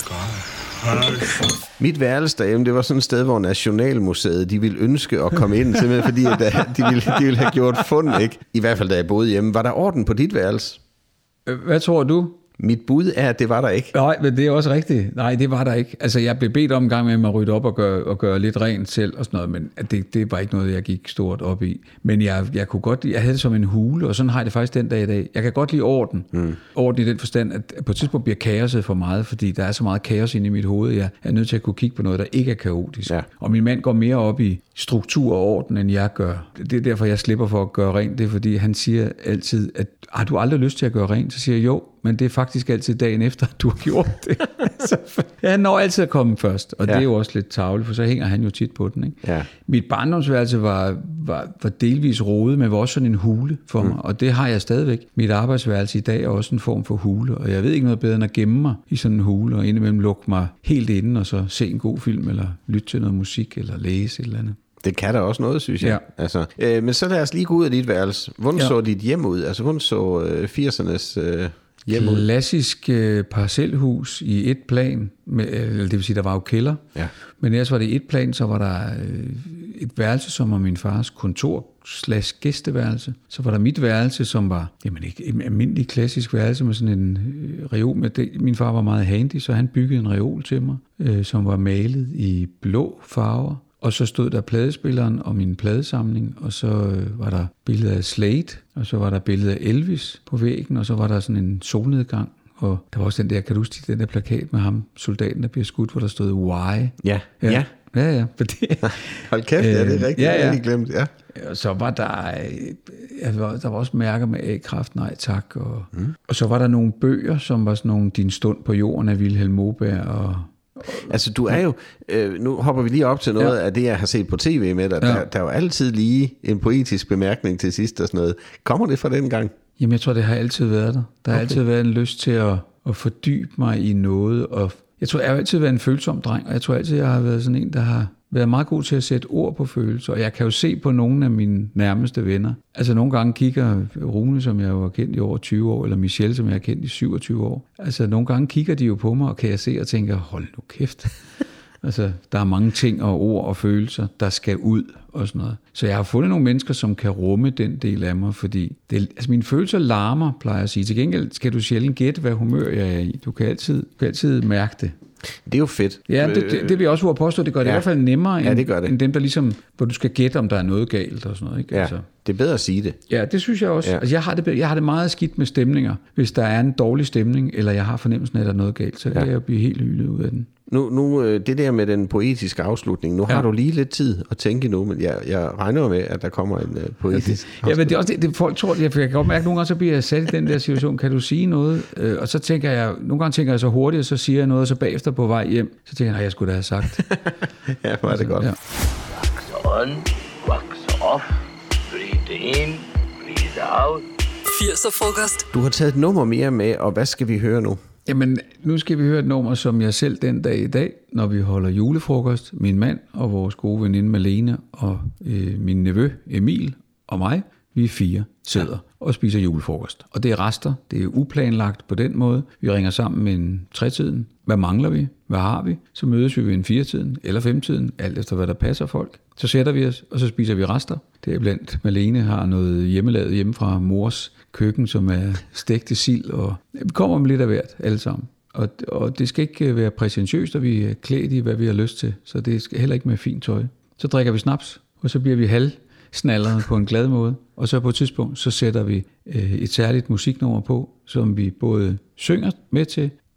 Mit værelse derhjemme, det var sådan et sted, hvor Nationalmuseet, de ville ønske at komme ind, simpelthen fordi at de, ville, de ville have gjort fund, ikke? I hvert fald, da jeg boede hjemme. Var der orden på dit værelse? Hvad tror du? Mit bud er, at det var der ikke. Nej, men det er også rigtigt. Nej, det var der ikke. Altså, jeg blev bedt om en gang med at rydde op og gøre, og gøre lidt rent selv og sådan noget, men det, det var ikke noget, jeg gik stort op i. Men jeg, jeg kunne godt lide, jeg havde det som en hule, og sådan har jeg det faktisk den dag i dag. Jeg kan godt lide orden. Mm. Orden i den forstand, at på et tidspunkt bliver kaoset for meget, fordi der er så meget kaos inde i mit hoved. Jeg er nødt til at kunne kigge på noget, der ikke er kaotisk. Ja. Og min mand går mere op i struktur og orden, end jeg gør. Det er derfor, jeg slipper for at gøre rent. Det er, fordi han siger altid, at har du aldrig lyst til at gøre rent? Så siger jeg jo, men det er faktisk altid dagen efter, du har gjort det. Så, ja, han når altid at komme først, og ja. det er jo også lidt tarveligt, for så hænger han jo tit på den. Ikke? Ja. Mit barndomsværelse var, var, var delvis rodet, men var også sådan en hule for mig, mm. og det har jeg stadigvæk. Mit arbejdsværelse i dag er også en form for hule, og jeg ved ikke noget bedre end at gemme mig i sådan en hule, og indimellem lukke mig helt inde, og så se en god film, eller lytte til noget musik, eller læse et eller andet. Det kan da også noget, synes jeg. Ja. Altså, øh, men så lad os lige gå ud af dit værelse. Hvordan ja. så dit hjem ud? Altså, hvordan så øh, firsernes øh, hjem ud? Klassisk øh, parcelhus i et plan. Med, øh, det vil sige, der var jo kælder. Ja. Men ellers var det i et plan, så var der øh, et værelse, som var min fars kontor slash gæsteværelse. Så var der mit værelse, som var jamen, ikke en almindelig klassisk værelse med sådan en øh, reol. Med det. Min far var meget handy, så han byggede en reol til mig, øh, som var malet i blå farver. Og så stod der pladespilleren og min pladesamling, og så øh, var der billeder af Slade, og så var der billeder af Elvis på væggen, og så var der sådan en solnedgang. Og der var også den der, kan du huske den der plakat med ham, soldaten, der bliver skudt, hvor der stod Why? Ja, ja. Ja, ja. ja fordi, hold kæft, ja, det er rigtigt, ja, ja. Jeg glemt, ja. Og så var der, ja, der var også mærker med A-kraft, nej tak. Og, mm. og så var der nogle bøger, som var sådan nogle Din stund på jorden af Vilhelm Moberg og... Altså du er jo, øh, nu hopper vi lige op til noget ja. af det, jeg har set på tv med dig. Ja. Der, der er jo altid lige en poetisk bemærkning til sidst og sådan noget. Kommer det fra den gang? Jamen jeg tror, det har altid været der. Der har okay. altid været en lyst til at, at fordybe mig i noget. Og jeg tror, jeg har altid været en følsom dreng, og jeg tror altid, jeg har været sådan en, der har været meget god til at sætte ord på følelser. Og jeg kan jo se på nogle af mine nærmeste venner. Altså nogle gange kigger Rune, som jeg jo har kendt i over tyve år, eller Michelle, som jeg har kendt i syvogtyve år. Altså nogle gange kigger de jo på mig, og kan jeg se og tænker, hold nu kæft. Altså der er mange ting og ord og følelser, der skal ud og sådan noget. Så jeg har fundet nogle mennesker, som kan rumme den del af mig, fordi det, altså mine følelser larmer, plejer jeg at sige. Til gengæld skal du sjældent gætte, hvad humør jeg er i. Du kan altid, du kan altid mærke det. Det er jo fedt. Ja, det, det, det vil jeg også våge påstå. Det gør det ja. i hvert fald nemmere, end, ja, det gør det. end dem, der ligesom, hvor du skal gætte, om der er noget galt og sådan noget. Ikke? Ja, altså. Det er bedre at sige det. Ja, det synes jeg også. Ja. Altså, jeg, har det, jeg har det meget skidt med stemninger. Hvis der er en dårlig stemning, eller jeg har fornemmelsen af, at der er noget galt, så kan ja. jeg blive helt hylet ud af den. Nu, nu det der med den poetiske afslutning, nu ja. har du lige lidt tid at tænke nu, men jeg, jeg regner med, at der kommer en uh, poetisk ja, ja, men det er også det, det folk tror, jeg, jeg kan godt mærke, at nogle gange så bliver jeg sat i den der situation, kan du sige noget? Øh, og så tænker jeg, nogle gange tænker jeg så hurtigt, og så siger jeg noget, og så bagefter på vej hjem, så tænker jeg, nej, jeg skulle da have sagt. Ja, hvor er det godt. Ja. Wax on, wax off, breathe in, breathe out. firser-frokost. Du har taget et nummer mere med, og hvad skal vi høre nu? Jamen, nu skal vi høre et nummer, som jeg selv den dag i dag, når vi holder julefrokost, min mand og vores gode veninde Malene og øh, min nevø Emil og mig, vi fire sidder ja. og spiser julefrokost. Og det er rester, det er uplanlagt på den måde. Vi ringer sammen med en tretiden. Hvad mangler vi? Hvad har vi? Så mødes vi ved en firetiden eller femtiden, alt efter hvad der passer folk. Så sætter vi os, og så spiser vi rester. Det er blandt Malene har noget hjemmelavet hjemme fra mors køkken, som er stegte sild, og vi kommer med lidt af hvert alle sammen. Og, og det skal ikke være præsentiøst, og vi er klædt i, hvad vi har lyst til, så det skal heller ikke med fint tøj. Så drikker vi snaps, og så bliver vi halvsnallere på en glad måde, og så på et tidspunkt, så sætter vi øh, et særligt musiknummer på, som vi både synger med til,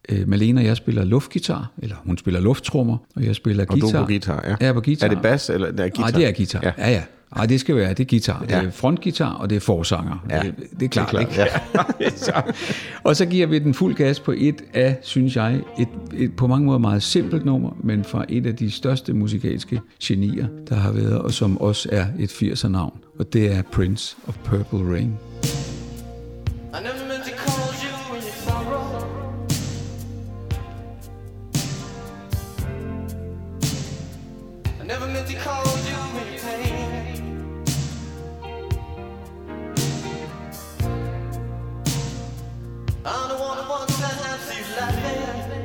Øh, Malene og jeg spiller luftgitar, eller hun spiller lufttrummer, og jeg spiller og guitar. Og du på guitar, ja. Ja, på guitar. Er det bas, eller det er guitar? Nej, det er guitar. Ja, ja. ja. Ej, det skal være, det er guitar. Det er ja. frontguitar, og det er forsanger. Ja. Det, det er klart, det er klart ikke? Ja. Og så giver vi den fuld gas på et af, synes jeg, et, et på mange måder meget simpelt nummer, men fra et af de største musikalske genier, der har været, og som også er et firser-navn. Og det er Prince of Purple Rain. I never meant to call you in your sorrow. I never meant to call you in your pain. I'm the one who wants to have you laughing.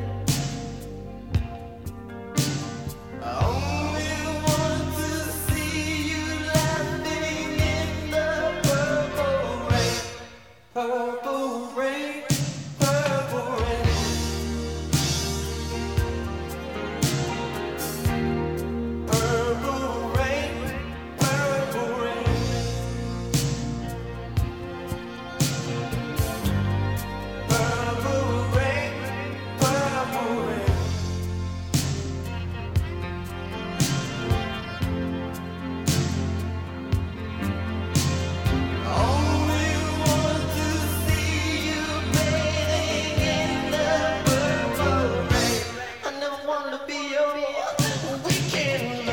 I only want to see you laughing in the purple rain. Purple rain, purple rain. Purple rain, purple rain. Purple rain, purple rain. Only want to see you bathing in the purple rain. I never wanted to be your weekend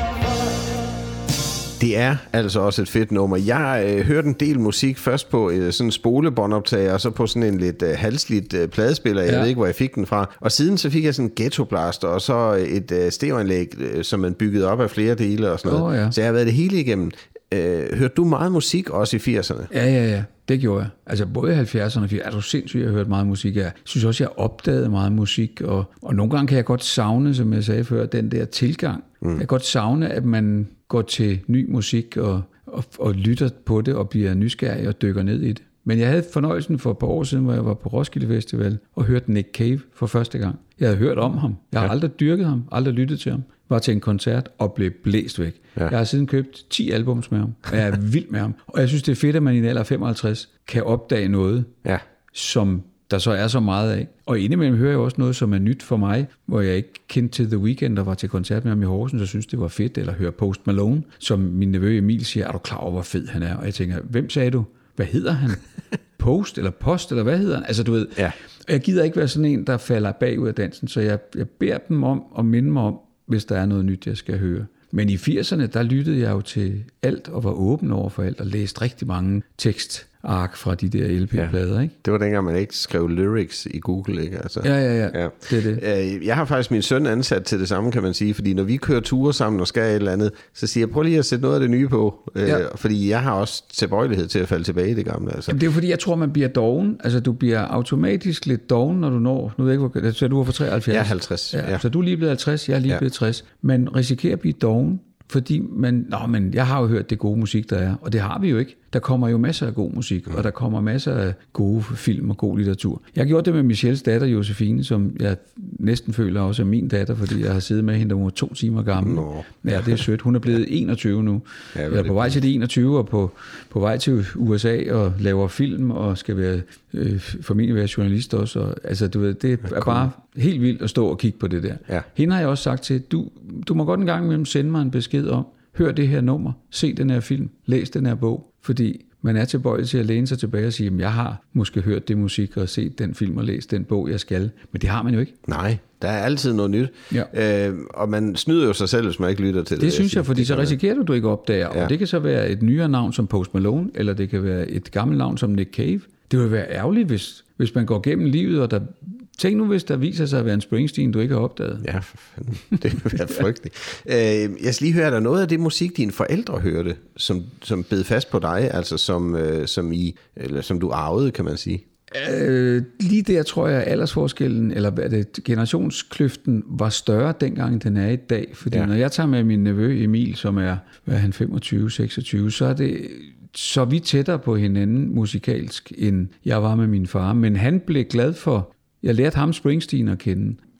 lover. Det er altså også et fedt nummer. Jeg øh, hørte en del musik først på øh, sådan en spolebåndoptager, og så på sådan en lidt øh, halsligt øh, pladespiller. Jeg Ja. ved ikke, hvor jeg fik den fra. Og siden så fik jeg sådan en Ghetto Blaster, og så et øh, stereoanlæg, øh, som man byggede op af flere dele og sådan noget. Åh, ja. Så jeg har været det hele igennem. Øh, hørte du meget musik også i firserne? Ja, ja, ja. Det gjorde jeg. Altså både i halvfjerdserne og firserne. Er du sindssygt, jeg har hørt meget musik. Jeg synes også, jeg opdagede meget musik. Og, og nogle gange kan jeg godt savne, som jeg sagde før, den der tilgang. Mm. Jeg kan godt savne, at man går til ny musik og, og, og lytter på det og bliver nysgerrig og dykker ned i det. Men jeg havde fornøjelsen for et par år siden, hvor jeg var på Roskilde Festival og hørte Nick Cave for første gang. Jeg havde hørt om ham. Jeg har ja. aldrig dyrket ham, aldrig lyttet til ham. Var til en koncert og blev blæst væk. Ja. Jeg har siden købt ti albums med ham, og jeg er vild med ham. Og jeg synes, det er fedt, at man i en alder af femoghalvtreds kan opdage noget, Ja. som der så er så meget af. Og indimellem hører jeg også noget, som er nyt for mig, hvor jeg ikke kendte til The Weeknd og var til koncert med ham i Horsens, og synes, det var fedt, eller høre Post Malone, som min nevø Emil siger, er du klar over, hvor fed han er? Og jeg tænker, hvem sagde du? Hvad hedder han? Post eller Post, eller hvad hedder han? Altså, du ved, Ja. og jeg gider ikke være sådan en, der falder bagud af dansen, så jeg, jeg beder dem om at minde mig om, hvis der er noget nyt, jeg skal høre. Men i firserne, der lyttede jeg jo til alt og var åben over for alt og læste rigtig mange tekstark fra de der L P-plader, ikke? Det var dengang, man ikke skrev lyrics i Google, ikke? Altså, Ja, ja, ja, ja. det er det. Øh, Jeg har faktisk min søn ansat til det samme, kan man sige, fordi når vi kører ture sammen og skal et eller andet, så siger jeg, prøv lige at sætte noget af det nye på, øh, Ja. fordi jeg har også tilbøjelighed til at falde tilbage i det gamle. Altså. Jamen, det er jo fordi, jeg tror, man bliver doven. Altså, du bliver automatisk lidt doven, når du når... Nu ved jeg ikke, hvor... Så du var for treoghalvfjerds. Jeg er halvtreds, Ja, ja. Så du er lige blevet halvtreds, jeg er lige Ja. blevet tres. Man risikerer at blive doven, fordi man... Nå, men jeg har jo hørt det gode musik, der er. Og det har vi jo ikke. Der kommer jo masser af god musik, mm. og der kommer masser af gode film og god litteratur. Jeg har gjort det med Michelles datter, Josefine, som jeg næsten føler også er min datter, fordi jeg har siddet med hende, da hun var to timer gammel. Nå. Ja, det er sødt. Hun er blevet enogtyve nu. Ja, Jeg er på vej til de enogtyve og på, på vej til U S A og laver film og skal være, øh, formentlig være journalist også. Og, altså, du ved, det er bare helt vildt at stå og kigge på det der. Ja. Hende har jeg også sagt til, du, du må godt en gang imellem sende mig en besked om, hør det her nummer, se den her film, læs den her bog, fordi man er tilbøjelig til at læne sig tilbage og sige, at jeg har måske hørt det musik og set den film og læst den bog, jeg skal. Men det har man jo ikke. Nej, der er altid noget nyt. Ja. Øh, og man snyder jo sig selv, hvis man ikke lytter til det. Det synes jeg, fordi det så gør man. risikerer du, at du ikke opdager. Ja. Og det kan så være et nyere navn som Post Malone, eller det kan være et gammelt navn som Nick Cave. Det vil være ærgerligt, hvis, hvis man går gennem livet, og der... Tænk nu, hvis der viser sig at være en Springsteen, du ikke har opdaget. Ja, for fanden. Det vil være frygteligt. øh, jeg skal lige høre, er der noget af det musik, dine forældre hørte, som, som bed fast på dig, altså som, øh, som, I, eller som du arvede, kan man sige? Øh, lige der tror jeg, at aldersforskellen, eller hvad det, generationskløften var større dengang, end den er i dag. Fordi Ja. ja. når jeg tager med min nevø Emil, som er, hvad er han, femogtyve seksogtyve, så er det... Så er vi tættere på hinanden musikalsk, end jeg var med min far. Men han blev glad for... Jeg lærte ham Springsteen at kende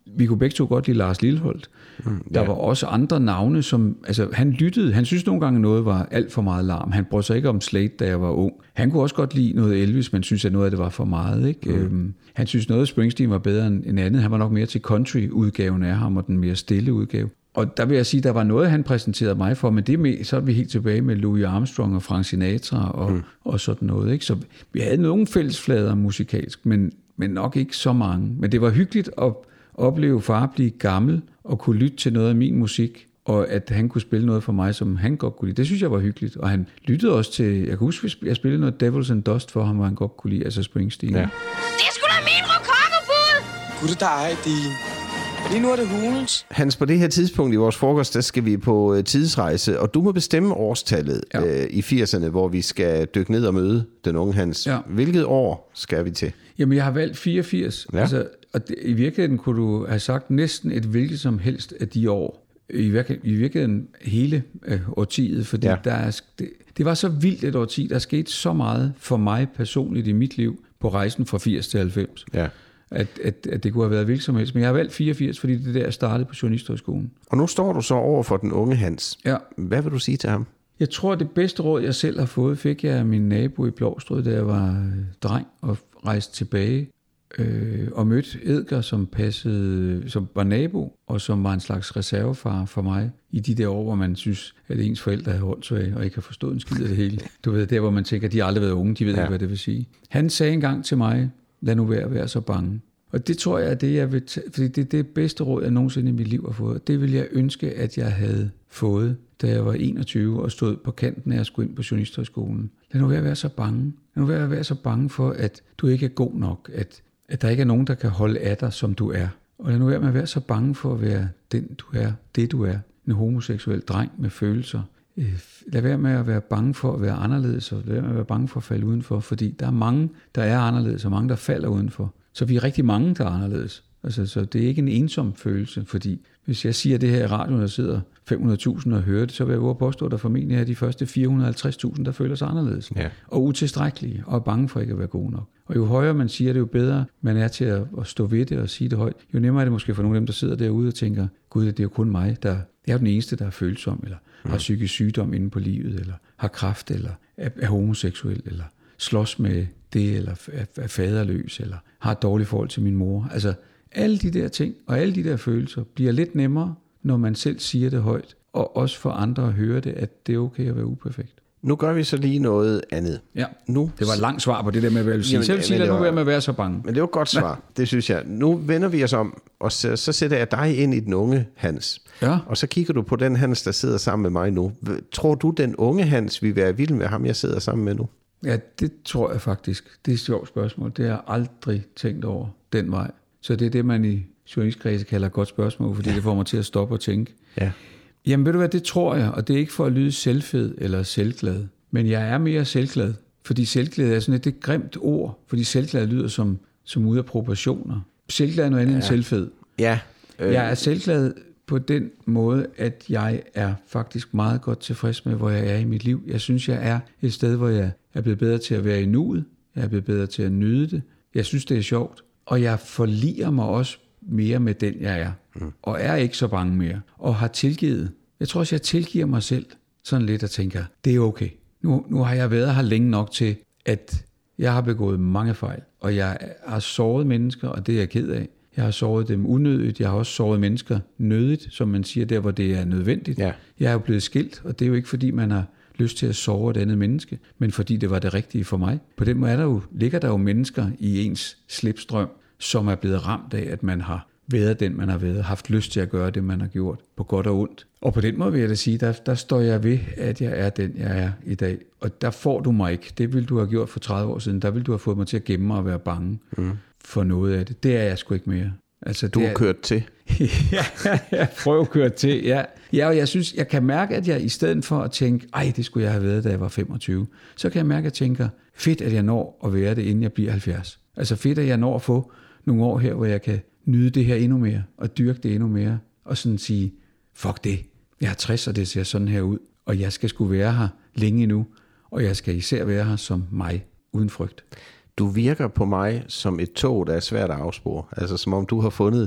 vi kunne begge to godt lide Lars Lilholt. Mm, ja. Der var også andre navne, som... Altså, han lyttede. Han synes nogle gange, noget var alt for meget larm. Han brød sig ikke om Slade, da jeg var ung. Han kunne også godt lide noget Elvis, men synes, at noget af det var for meget. Ikke? Mm. Øhm, han synes, noget af Springsteen var bedre end andet. Han var nok mere til country-udgaven af ham, og den mere stille udgave. Og der vil jeg sige, der var noget, han præsenterede mig for, men det med, så er vi helt tilbage med Louis Armstrong og Frank Sinatra og, mm. og sådan noget. Ikke? Så vi havde nogle fællesflader musikalsk, men, men nok ikke så mange. Men det var hyggeligt at opleve far blive gammel og kunne lytte til noget af min musik, og at han kunne spille noget for mig, som han godt kunne lide. Det synes jeg var hyggeligt. Og han lyttede også til, jeg kan huske, at jeg spillede noget Devils and Dust for ham, hvor han godt kunne lide, altså Springsteen. Ja. Det er sgu da min rokokobud! Gud, det dig, din... Lige nu er det hulens. Hans, på det her tidspunkt i vores frokost, der skal vi på tidsrejse, og du må bestemme årstallet ja. øh, i firserne, hvor vi skal dykke ned og møde den unge Hans. Ja. Hvilket år skal vi til? Jamen, jeg har valgt fireogfirs. Ja. Altså, og det, i virkeligheden kunne du have sagt næsten et hvilket som helst af de år. I, virke, i virkeligheden hele øh, årtiet, fordi ja. der er, det, det var så vildt et årti. Der skete så meget for mig personligt i mit liv på rejsen fra firs til halvfems. Ja. At, at, at det kunne have været hvilket som helst. Men jeg har valgt fireogfirs, fordi det er der, jeg startede på Journalisthøjskolen. Og nu står du så over for den unge Hans. Ja. Hvad vil du sige til ham? Jeg tror, det bedste råd, jeg selv har fået, fik jeg af min nabo i Blovstrød, da jeg var dreng og rejste tilbage øh, og mødte Edgar, som passede, som var nabo, og som var en slags reservefar for mig i de der år, hvor man synes, at ens forældre havde åndssvage og ikke har forstået en skid af det hele. Du ved, der hvor man tænker, at de har aldrig været unge, de ved ja. ikke, hvad det vil sige. Han sagde engang til mig, lad nu være at være så bange. Og det tror jeg er det, jeg vil tage, fordi det er det bedste råd, jeg nogensinde i mit liv har fået. Det ville jeg ønske, at jeg havde fået, da jeg var enogtyve og stod på kanten af at skulle ind på Journalisthøjskolen. Lad nu være at være så bange. Lad nu være at være så bange for, at du ikke er god nok. At, at der ikke er nogen, der kan holde af dig, som du er. Og lad nu være med at være så bange for at være den, du er. Det, du er. En homoseksuel dreng med følelser. Lad være med at være bange for at være anderledes, og lad være med at være bange for at falde udenfor, fordi der er mange, der er anderledes, og mange, der falder udenfor. Så vi er rigtig mange, der er anderledes. Altså, så det er ikke en ensom følelse, fordi hvis jeg siger det her i radioen, der sidder fem hundrede tusind og hører det, så vil jeg våge påstå, at der formentlig er de første fire hundrede og halvtreds tusind, der føler sig anderledes. Ja. Og utilstrækkelige, og er bange for ikke at være gode nok. Og jo højere man siger det, jo bedre man er til at, at stå ved det og sige det højt. Jo nemmere er det måske for nogle af dem, der sidder derude og tænker, gud, det er jo kun mig, der det er jo den eneste, der er følsom, eller har psykisk sygdom inde på livet, eller har kræft, eller er, er homoseksuel, eller slås med det, eller er, er faderløs, eller har et dårligt forhold til min mor. Altså, alle de der ting, og alle de der følelser, bliver lidt nemmere, når man selv siger det højt, og også for andre at høre det, at det er okay at være uperfekt. Nu gør vi så lige noget andet. Ja, nu, det var et langt svar på det der med, hvad jeg vil sige. Jamen, selv siger, at nu er med at være så bange. Men det var et godt svar, ja. Det synes jeg. Nu vender vi os om, og så, så sætter jeg dig ind i den unge Hans. Ja. Og så kigger du på den Hans, der sidder sammen med mig nu. Tror du, den unge Hans vil være vild med ham, jeg sidder sammen med nu? Ja, det tror jeg faktisk. Det er et sjovt spørgsmål. Det har jeg aldrig tænkt over den vej. Så det er det, man i journalistkredse kalder et godt spørgsmål, fordi ja. det får mig til at stoppe og tænke. Ja. Jamen ved du hvad, det tror jeg, og det er ikke for at lyde selvfed eller selvglad, men jeg er mere selvglad, fordi selvglad er sådan et, et grimt ord, fordi selvglad lyder som, som ude af proportioner. Selvglad er noget andet ja. end selvfed. Ja. Øh. Jeg er selvglad på den måde, at jeg er faktisk meget godt tilfreds med, hvor jeg er i mit liv. Jeg synes, jeg er et sted, hvor jeg er blevet bedre til at være i nuet, jeg er blevet bedre til at nyde det, jeg synes, det er sjovt, og jeg forliger mig også mere med den, jeg er. Mm. Og er ikke så bange mere. Og har tilgivet. Jeg tror også, jeg tilgiver mig selv sådan lidt og tænker, det er okay. Nu, nu har jeg været her længe nok til, at jeg har begået mange fejl. Og jeg har såret mennesker, og det er jeg ked af. Jeg har såret dem unødigt. Jeg har også såret mennesker nødigt, som man siger, der hvor det er nødvendigt. Ja. Jeg er jo blevet skilt, og det er jo ikke fordi, man har lyst til at såre et andet menneske, men fordi det var det rigtige for mig. På den måde er der jo, ligger der jo mennesker i ens slipstrøm, som er blevet ramt af, at man har været den, man har været, haft lyst til at gøre det, man har gjort, på godt og ondt. Og på den måde vil jeg da sige, der, der står jeg ved, at jeg er den, jeg er i dag. Og der får du mig ikke. Det ville du have gjort for tredive år siden. Der ville du have fået mig til at gemme mig og være bange mm. for noget af det. Det er jeg sgu ikke mere. Altså, du har kørt til. ja, jeg prøver at køre til, ja. Ja, og jeg synes, jeg kan mærke, at jeg i stedet for at tænke, ej, det skulle jeg have været, da jeg var femogtyve, så kan jeg mærke, at jeg tænker, fedt, at jeg når at være det, inden jeg bliver halvfjerds. Altså fedt, at jeg når at få nogle år her, hvor jeg kan nyde det her endnu mere, og dyrke det endnu mere, og sådan sige, fuck det, jeg er tres, og det ser sådan her ud, og jeg skal sgu være her længe endnu, og jeg skal især være her som mig, uden frygt. Du virker på mig som et tog, der er svært at afspore, altså som om du har fundet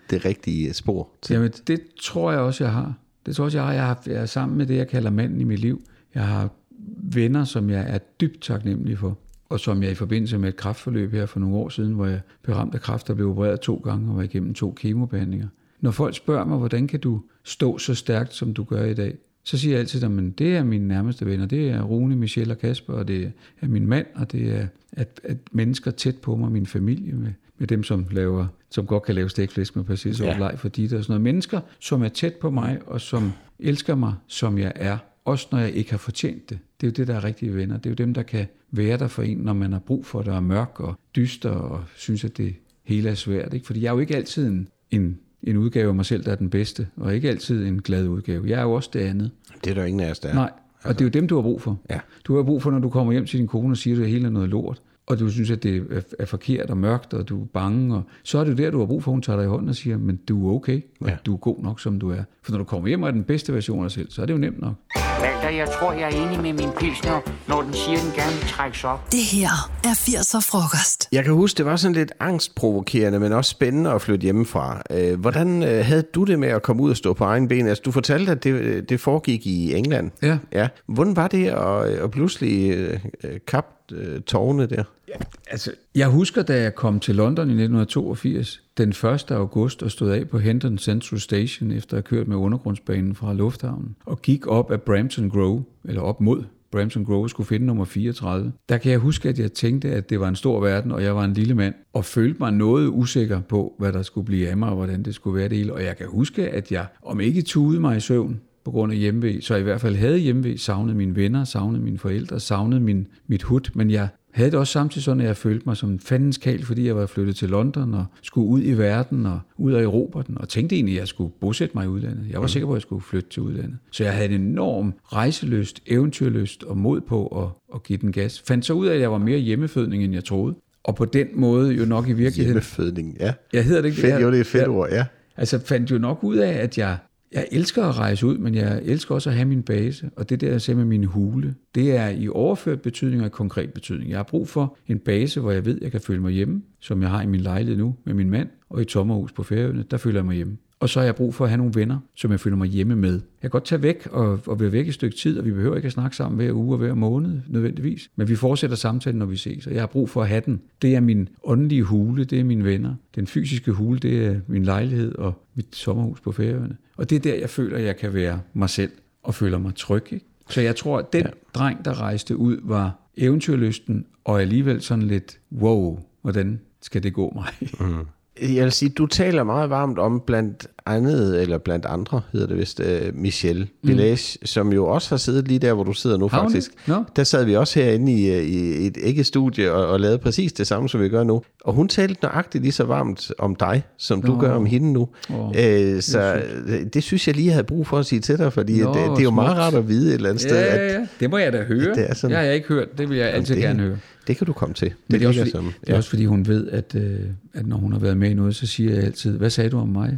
det rigtige spor til? Jamen, det tror jeg også, jeg har. Det tror jeg også, jeg har. Jeg, har, jeg er sammen med det, jeg kalder manden i mit liv. Jeg har venner, som jeg er dybt taknemmelig for, og som jeg i forbindelse med et kræftforløb her for nogle år siden, hvor jeg blev ramt af kræft og blev opereret to gange og var igennem to kemobehandlinger. Når folk spørger mig, hvordan kan du stå så stærkt, som du gør i dag, så siger jeg altid, at det er mine nærmeste venner. Det er Rune, Michelle og Kasper, og det er min mand, og det er at, at mennesker tæt på mig, min familie, med, med dem, som laver, som godt kan lave stegflæsk med persils og leg for dit og sådan noget. Mennesker, som er tæt på mig, og som elsker mig, som jeg er, også når jeg ikke har fortjent det. Det er jo det, der er rigtige venner. Det er jo dem, der kan være der for en, når man har brug for det, og er mørk og dyster, og synes, at det hele er svært. Ikke? Fordi jeg er jo ikke altid en, en, en udgave af mig selv, der er den bedste, og ikke altid en glad udgave. Jeg er jo også det andet. Det er der ingen af os, der er. Nej, og altså. Det er jo dem, du har brug for. Ja. Du har brug for, når du kommer hjem til din kone og siger, at det hele er noget lort, og du synes, at det er forkert og mørkt, og du er bange, og så er det jo der, du har brug for, hun tager dig i hånden og siger, men du er okay, og ja. Du er god nok, som du er. For når du kommer hjem og er den bedste version af dig selv, så er det jo nemt nok. Walter, jeg tror, jeg er enig med min pilsner, når den siger, den gerne vil trækkes op. Det her er firserne Frokost. Jeg kan huske, det var sådan lidt angstprovokerende, men også spændende at flytte hjemmefra. Hvordan havde du det med at komme ud og stå på egen ben? Altså, du fortalte, at det, det foregik i England. Ja. Ja. Hvordan var det at, at pludselig kappe tårne der? Ja, altså, jeg husker, da jeg kom til London i nitten toogfirs, den første august, og stod af på Hendon Central Station, efter at have kørt med undergrundsbanen fra lufthavnen, og gik op af Brampton Grove, eller op mod Brampton Grove, skulle finde nummer fireogtredive. Der kan jeg huske, at jeg tænkte, at det var en stor verden, og jeg var en lille mand, og følte mig noget usikker på, hvad der skulle blive af mig, og hvordan det skulle være det hele. Og jeg kan huske, at jeg, om ikke tudede mig i søvn, på grund af hjemve, så i hvert fald havde hjemve, savnede mine venner, savnede mine forældre, savnede min, mit hud, men jeg havde det også samtidig sådan, at jeg følte mig som en fandens kald, fordi jeg var flyttet til London og skulle ud i verden og ud af Europa, og tænkte egentlig, at jeg skulle bosætte mig i udlandet. Jeg var sikker på, at jeg skulle flytte til udlandet. Så jeg havde en enorm rejselyst, eventyrlyst og mod på at, at give den gas. Fandt så ud af, at jeg var mere hjemmefødning, end jeg troede. Og på den måde jo nok i virkeligheden... Hjemmefødning, ja. Jeg hedder det ikke. Fedt, jo, det er et fedt ord, ja. Altså fandt jo nok ud af, at jeg... Jeg elsker at rejse ud, men jeg elsker også at have min base, og det der, jeg ser med min hule, det er i overført betydning og i konkret betydning. Jeg har brug for en base, hvor jeg ved, jeg kan føle mig hjemme, som jeg har i min lejlighed nu med min mand, og i et sommerhus på Færøerne, der føler jeg mig hjemme. Og så har jeg brug for at have nogle venner, som jeg føler mig hjemme med. Jeg kan godt tage væk og, og være væk et stykke tid, og vi behøver ikke at snakke sammen hver uge og hver måned nødvendigvis. Men vi fortsætter samtalen, når vi ses, og jeg har brug for at have den. Det er min åndelige hule, det er mine venner. Den fysiske hule, det er min lejlighed og mit sommerhus på Færøerne. Og det er der, jeg føler, at jeg kan være mig selv og føler mig tryg. Ikke? Så jeg tror, at den ja. dreng, der rejste ud, var eventyrlysten, og alligevel sådan lidt, wow, hvordan skal det gå mig? Mm. Jeg vil sige, du taler meget varmt om blandt andet, eller blandt andre, hedder det vist, uh, Michelle Bellaiche, mm. som jo også har siddet lige der, hvor du sidder nu har faktisk. No. Der sad vi også herinde i, i et æggestudie og, og lavede præcis det samme, som vi gør nu. Og hun talte nøjagtigt lige så varmt om dig, som du oh. gør om hende nu. Oh. Uh, så det, det synes jeg lige, jeg havde brug for at sige til dig, fordi no, det, det er jo meget rart at vide et eller andet ja, sted. At, ja, ja. Det må jeg da høre. Det, er sådan, det har jeg ikke hørt. Det vil jeg altid det, gerne høre. Det kan du komme til. Det, det, er, også fordi, som, ja. det er også fordi, hun ved, at, øh, at når hun har været med i noget, så siger jeg altid, hvad sagde du om mig?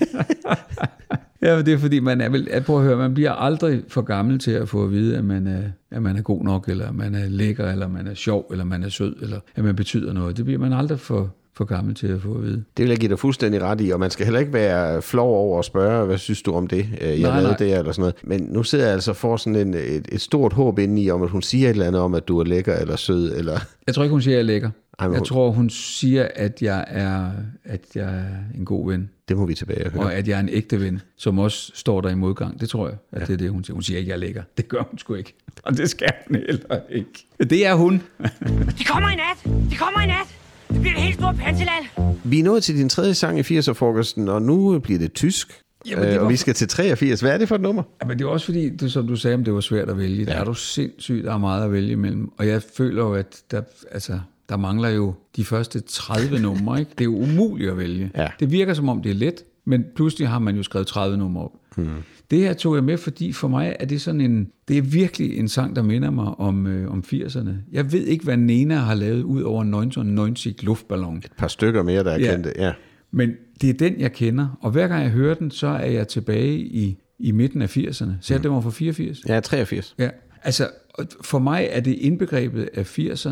Ja, men det er fordi, man er vel, at prøve at høre, man bliver aldrig for gammel til at få at vide, at man er, at man er god nok, eller at man er lækker, eller man er sjov, eller man er sød, eller at man betyder noget. Det bliver man aldrig for, for gammel til at få at vide. Det vil jeg give dig fuldstændig ret i, og man skal heller ikke være flov over at spørge, hvad synes du om det, jeg nej, lavede det, eller sådan noget. Men nu sidder jeg altså for sådan en, et, et stort håb inde i, om at hun siger et eller andet om, at du er lækker, eller sød, eller... Jeg tror ikke, hun siger, at jeg er lækker. Ej, jeg hun... tror, hun siger, at jeg er, at jeg er en god ven. Det må vi tilbage og høre. Og at jeg er en ægte ven, som også står der i modgang. Det tror jeg, at ja. det er det, hun siger. Hun siger ikke, at jeg er lækker. Det gør hun sgu ikke. Og det skal hun heller ikke. Det er hun. De kommer i nat. De kommer i nat. Det bliver et helt stort panseland. Vi er nået til din tredje sang i firserne-frokosten, og nu bliver det tysk. Jamen, det var... Og vi skal til treogfirs. Hvad er det for et nummer? Jamen, det er også fordi, det, som du sagde, om det var svært at vælge. Ja. Der er du sindssygt, der er meget at vælge imellem. Og jeg føler jo, at der, altså, der mangler jo de første tredive numre. Ikke? Det er jo umuligt at vælge. Ja. Det virker som om det er let, men pludselig har man jo skrevet tredive numre op. Hmm. Det her tog jeg med, fordi for mig er det sådan en... Det er virkelig en sang, der minder mig om, øh, om firserne. Jeg ved ikke, hvad Nena har lavet ud over nitten halvfems luftballon. Et par stykker mere, der er ja. kendte, ja. Men det er den, jeg kender. Og hver gang jeg hører den, så er jeg tilbage i, i midten af firserne. Så mm. det var fra fireogfirs. Ja, treogfirs. Ja, altså for mig er det indbegrebet af firserne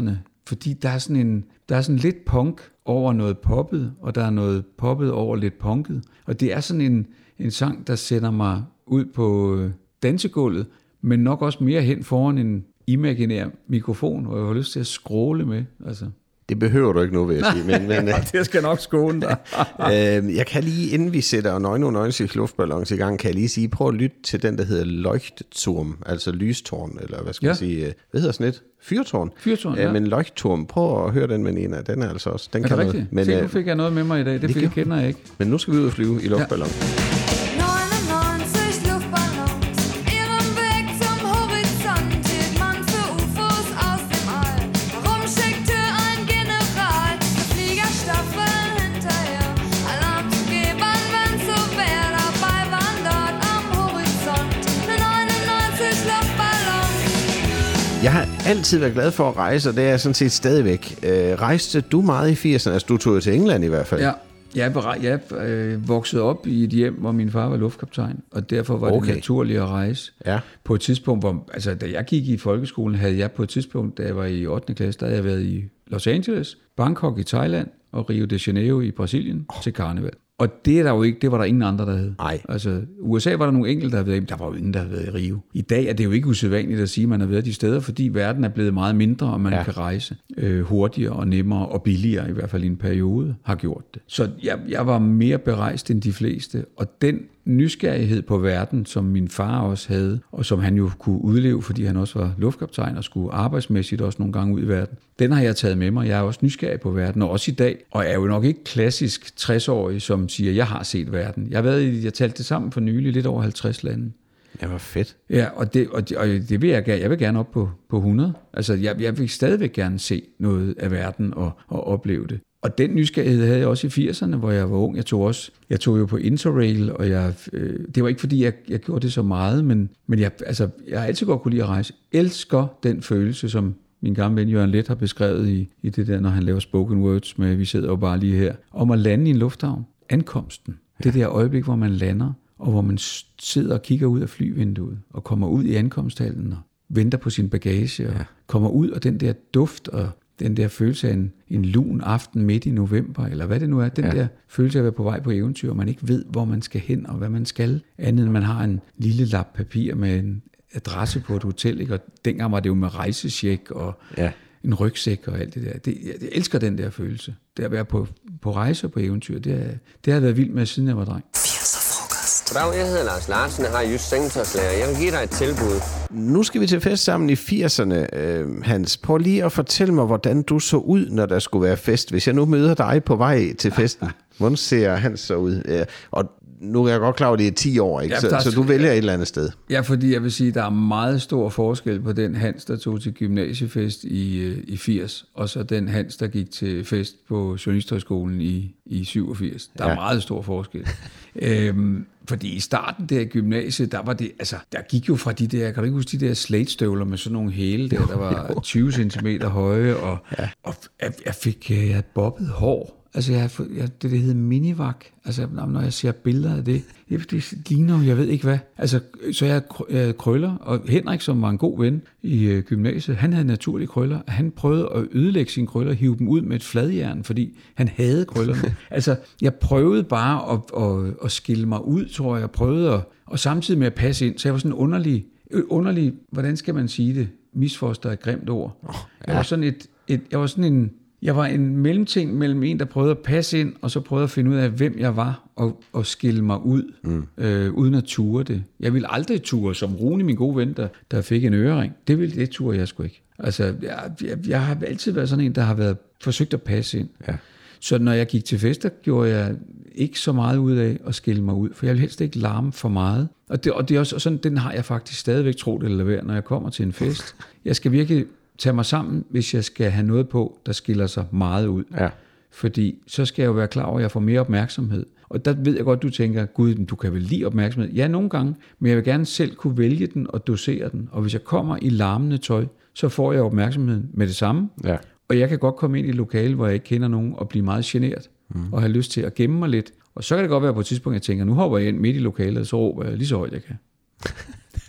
fordi der er sådan en, der er sådan lidt punk over noget poppet, og der er noget poppet over lidt punket. Og det er sådan en, en sang, der sætter mig ud på dansegulvet, men nok også mere hen foran en imaginær mikrofon, og jeg har lyst til at scrolle med. Altså. Det behøver du ikke nu, vil jeg sige. Men, men, det skal nok skåne dig. øh, jeg kan lige, inden vi sætter neunundneunzig luftballons i gang, kan jeg lige sige, prøv at lytte til den, der hedder Leuchtturm, altså lystårn, eller hvad skal ja. jeg sige, hvad hedder sådan et? Fyrtårn? Fyrtårn, ja. Øh, men Leuchtturm, prøv at høre den med Nina, den er altså også, den er kan det noget. rigtigt? Men, Se, nu fik jeg noget med mig i dag, det, det, det kender jeg ikke. Men nu skal vi ud og flyve i luftballon. Ja. Jeg har altid været glad for at rejse, og det er jeg sådan set stadigvæk. Øh, rejste du meget i firserne? Altså, du tog jo til England i hvert fald. Ja, jeg, jeg øh, voksede op i et hjem, hvor min far var luftkaptajn, og derfor var okay. det naturligt at rejse. Ja. På et tidspunkt, hvor, altså da jeg gik i folkeskolen, havde jeg på et tidspunkt, da jeg var i ottende klasse, der havde jeg været i Los Angeles, Bangkok i Thailand og Rio de Janeiro i Brasilien oh. til karneval. Og det er der jo ikke, det var der ingen andre, der havde. Nej. Altså, U S A var der nogle enkelte, der havde været, der var jo ingen, der havde været i Rio. I dag er det jo ikke usædvanligt at sige, at man har været de steder, fordi verden er blevet meget mindre, og man ja. kan rejse øh, hurtigere og nemmere og billigere, i hvert fald i en periode, har gjort det. Så jeg, jeg var mere berejst end de fleste, og den nysgerrighed på verden, som min far også havde, og som han jo kunne udleve, fordi han også var luftkaptajn og skulle arbejdsmæssigt også nogle gange ud i verden, den har jeg taget med mig. Jeg er også nysgerrig på verden, og også i dag, og er jo nok ikke klassisk tres-årig, som siger, jeg har set verden. Jeg har været i, jeg talte det sammen for nylig, lidt over halvtreds lande. Det var fedt. Ja, og det, og det, og det vil jeg gerne. Jeg vil gerne op på, på hundrede. Altså, jeg, jeg vil stadigvæk gerne se noget af verden og, og opleve det. Og den nysgerrighed havde jeg også i firserne, hvor jeg var ung. Jeg tog også, jeg tog jo på Interrail, og jeg, øh, det var ikke fordi, jeg, jeg gjorde det så meget, men, men jeg, altså, jeg har altid godt kunne lide at rejse. Elsker den følelse, som min gamle ven Jørgen Leth har beskrevet i, i det der, når han laver spoken words med, vi sidder jo bare lige her, om at lande i en lufthavn. Ankomsten. Det der øjeblik, hvor man lander, og hvor man sidder og kigger ud af flyvinduet, og kommer ud i ankomsthallen, og venter på sin bagage, og ja. kommer ud, og den der duft, og den der følelse af en, en lun aften midt i november, eller hvad det nu er, den ja. der følelse af at være på vej på eventyr, og man ikke ved, hvor man skal hen, og hvad man skal, andet end man har en lille lap papir med en adresse på et hotel, ikke? Og dengang var det jo med rejsecheck, og ja. en rygsæk og alt det der. Det, jeg, jeg elsker den der følelse. Det at være på, på rejse og på eventyr, det, er, det har jeg været vild med, siden jeg var dreng. Goddag, jeg hedder Lars Larsen, jeg har Jysk Sengetøjslager. Jeg vil give dig et tilbud. Nu skal vi til fest sammen i firserne, øh, Hans. Prøv lige at fortælle mig, hvordan du så ud, når der skulle være fest. Hvis jeg nu møder dig på vej til festen, hvordan ser Hans så ud? Ja, og nu er jeg godt klar over, at det er ti år, ikke? Ja, så, så du vælger et eller andet sted. Ja, fordi jeg vil sige, at der er meget stor forskel på den Hans, der tog til gymnasiefest i, i firs, og så den Hans, der gik til fest på Journalisthøjskolen i, i syvogfirs. Der er ja. meget stor forskel. øhm, fordi i starten der i gymnasiet, der var det, altså, der gik jo fra de der, kan du ikke huske de der slatestøvler med sådan nogle hæle der, der var tyve centimeter høje, og, ja. og jeg, jeg fik, jeg havde bobbet hår. Altså, jeg, jeg, det, det hedder minivak. Altså, når jeg ser billeder af det, det, det ligner jeg ved ikke hvad. Altså, så jeg, jeg krøller, og Henrik, som var en god ven i øh, gymnasiet, han havde naturlige krøller. Han prøvede at ødelægge sine krøller, hive dem ud med et fladjern, fordi han havde krøllerne. Altså, jeg prøvede bare at, at, at skille mig ud, tror jeg. Jeg prøvede at, og samtidig med at passe ind, så jeg var sådan underlig, underlig, hvordan skal man sige det? Misfoster er et grimt ord. Oh, ja. Jeg var sådan et, et jeg var sådan en, Jeg var en mellemting mellem en, der prøvede at passe ind, og så prøvede at finde ud af, hvem jeg var, og, og skille mig ud, mm. øh, uden at ture det. Jeg ville aldrig ture, som Rune, min gode ven, der, der fik en ørering. Det ville det ture jeg sgu ikke. Altså, jeg, jeg, jeg har altid været sådan en, der har været forsøgt at passe ind. Ja. Så når jeg gik til fester, gjorde jeg ikke så meget ud af at skille mig ud, for jeg vil helst ikke larme for meget. Og, det, og det er også sådan, den har jeg faktisk stadigvæk troet eller være, når jeg kommer til en fest. Jeg skal virkelig tage mig sammen, hvis jeg skal have noget på, der skiller sig meget ud. Ja. Fordi så skal jeg jo være klar over, at jeg får mere opmærksomhed. Og der ved jeg godt, du tænker, gud, du kan vel lide opmærksomhed? Ja, nogle gange, men jeg vil gerne selv kunne vælge den og dosere den. Og hvis jeg kommer i larmende tøj, så får jeg opmærksomheden med det samme. Ja. Og jeg kan godt komme ind i et lokale, hvor jeg ikke kender nogen, og blive meget genert, mm. og have lyst til at gemme mig lidt. Og så kan det godt være på et tidspunkt, jeg tænker, nu hopper jeg ind midt i lokalet, og så råber jeg lige så højt, jeg kan.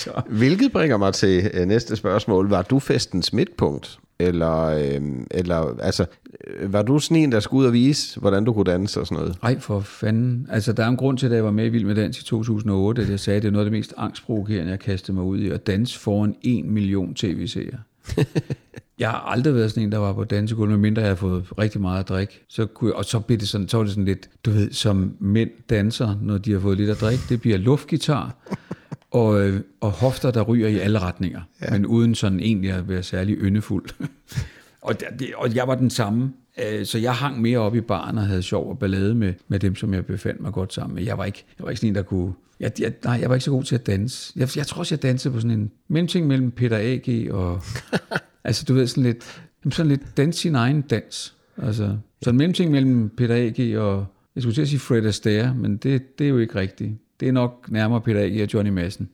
Så. Hvilket bringer mig til øh, næste spørgsmål. Var du festens midtpunkt? Eller, øh, eller altså, var du sådan en, der skulle ud og vise, hvordan du kunne danse og sådan noget? Ej, for fanden. Altså, der er en grund til, at jeg var med i Vild med Dans i to tusind og otte, at jeg sagde, at det er noget af det mest angstprovokerende, jeg kastede mig ud i, at danse foran en million tv-seere. Jeg har aldrig været sådan en, der var på dansegulv, medmindre jeg har fået rigtig meget at drikke. Så kunne jeg, og så blev det sådan, så var det sådan lidt, du ved, som mænd danser, når de har fået lidt at drikke. Det bliver luftgitar og, og hofter, der ryger i alle retninger, ja. Men uden sådan egentlig at være særlig yndefuld. og, det, og jeg var den samme. Så jeg hang mere op i baren og havde sjov og ballade med, med dem, som jeg befandt mig godt sammen med. Jeg var ikke, jeg var ikke sådan en, der kunne... Jeg, jeg, nej, jeg var ikke så god til at danse. Jeg, jeg tror også, jeg dansede på sådan en mellemting mellem Peter A G og... altså, du ved, sådan lidt... Sådan lidt dans sin egen dans. Altså, sådan en mellemting mellem Peter A G og... Jeg skulle til at sige Fred Astaire, men det, det er jo ikke rigtigt. Det er nok nærmere Peter A G og Johnny Madsen.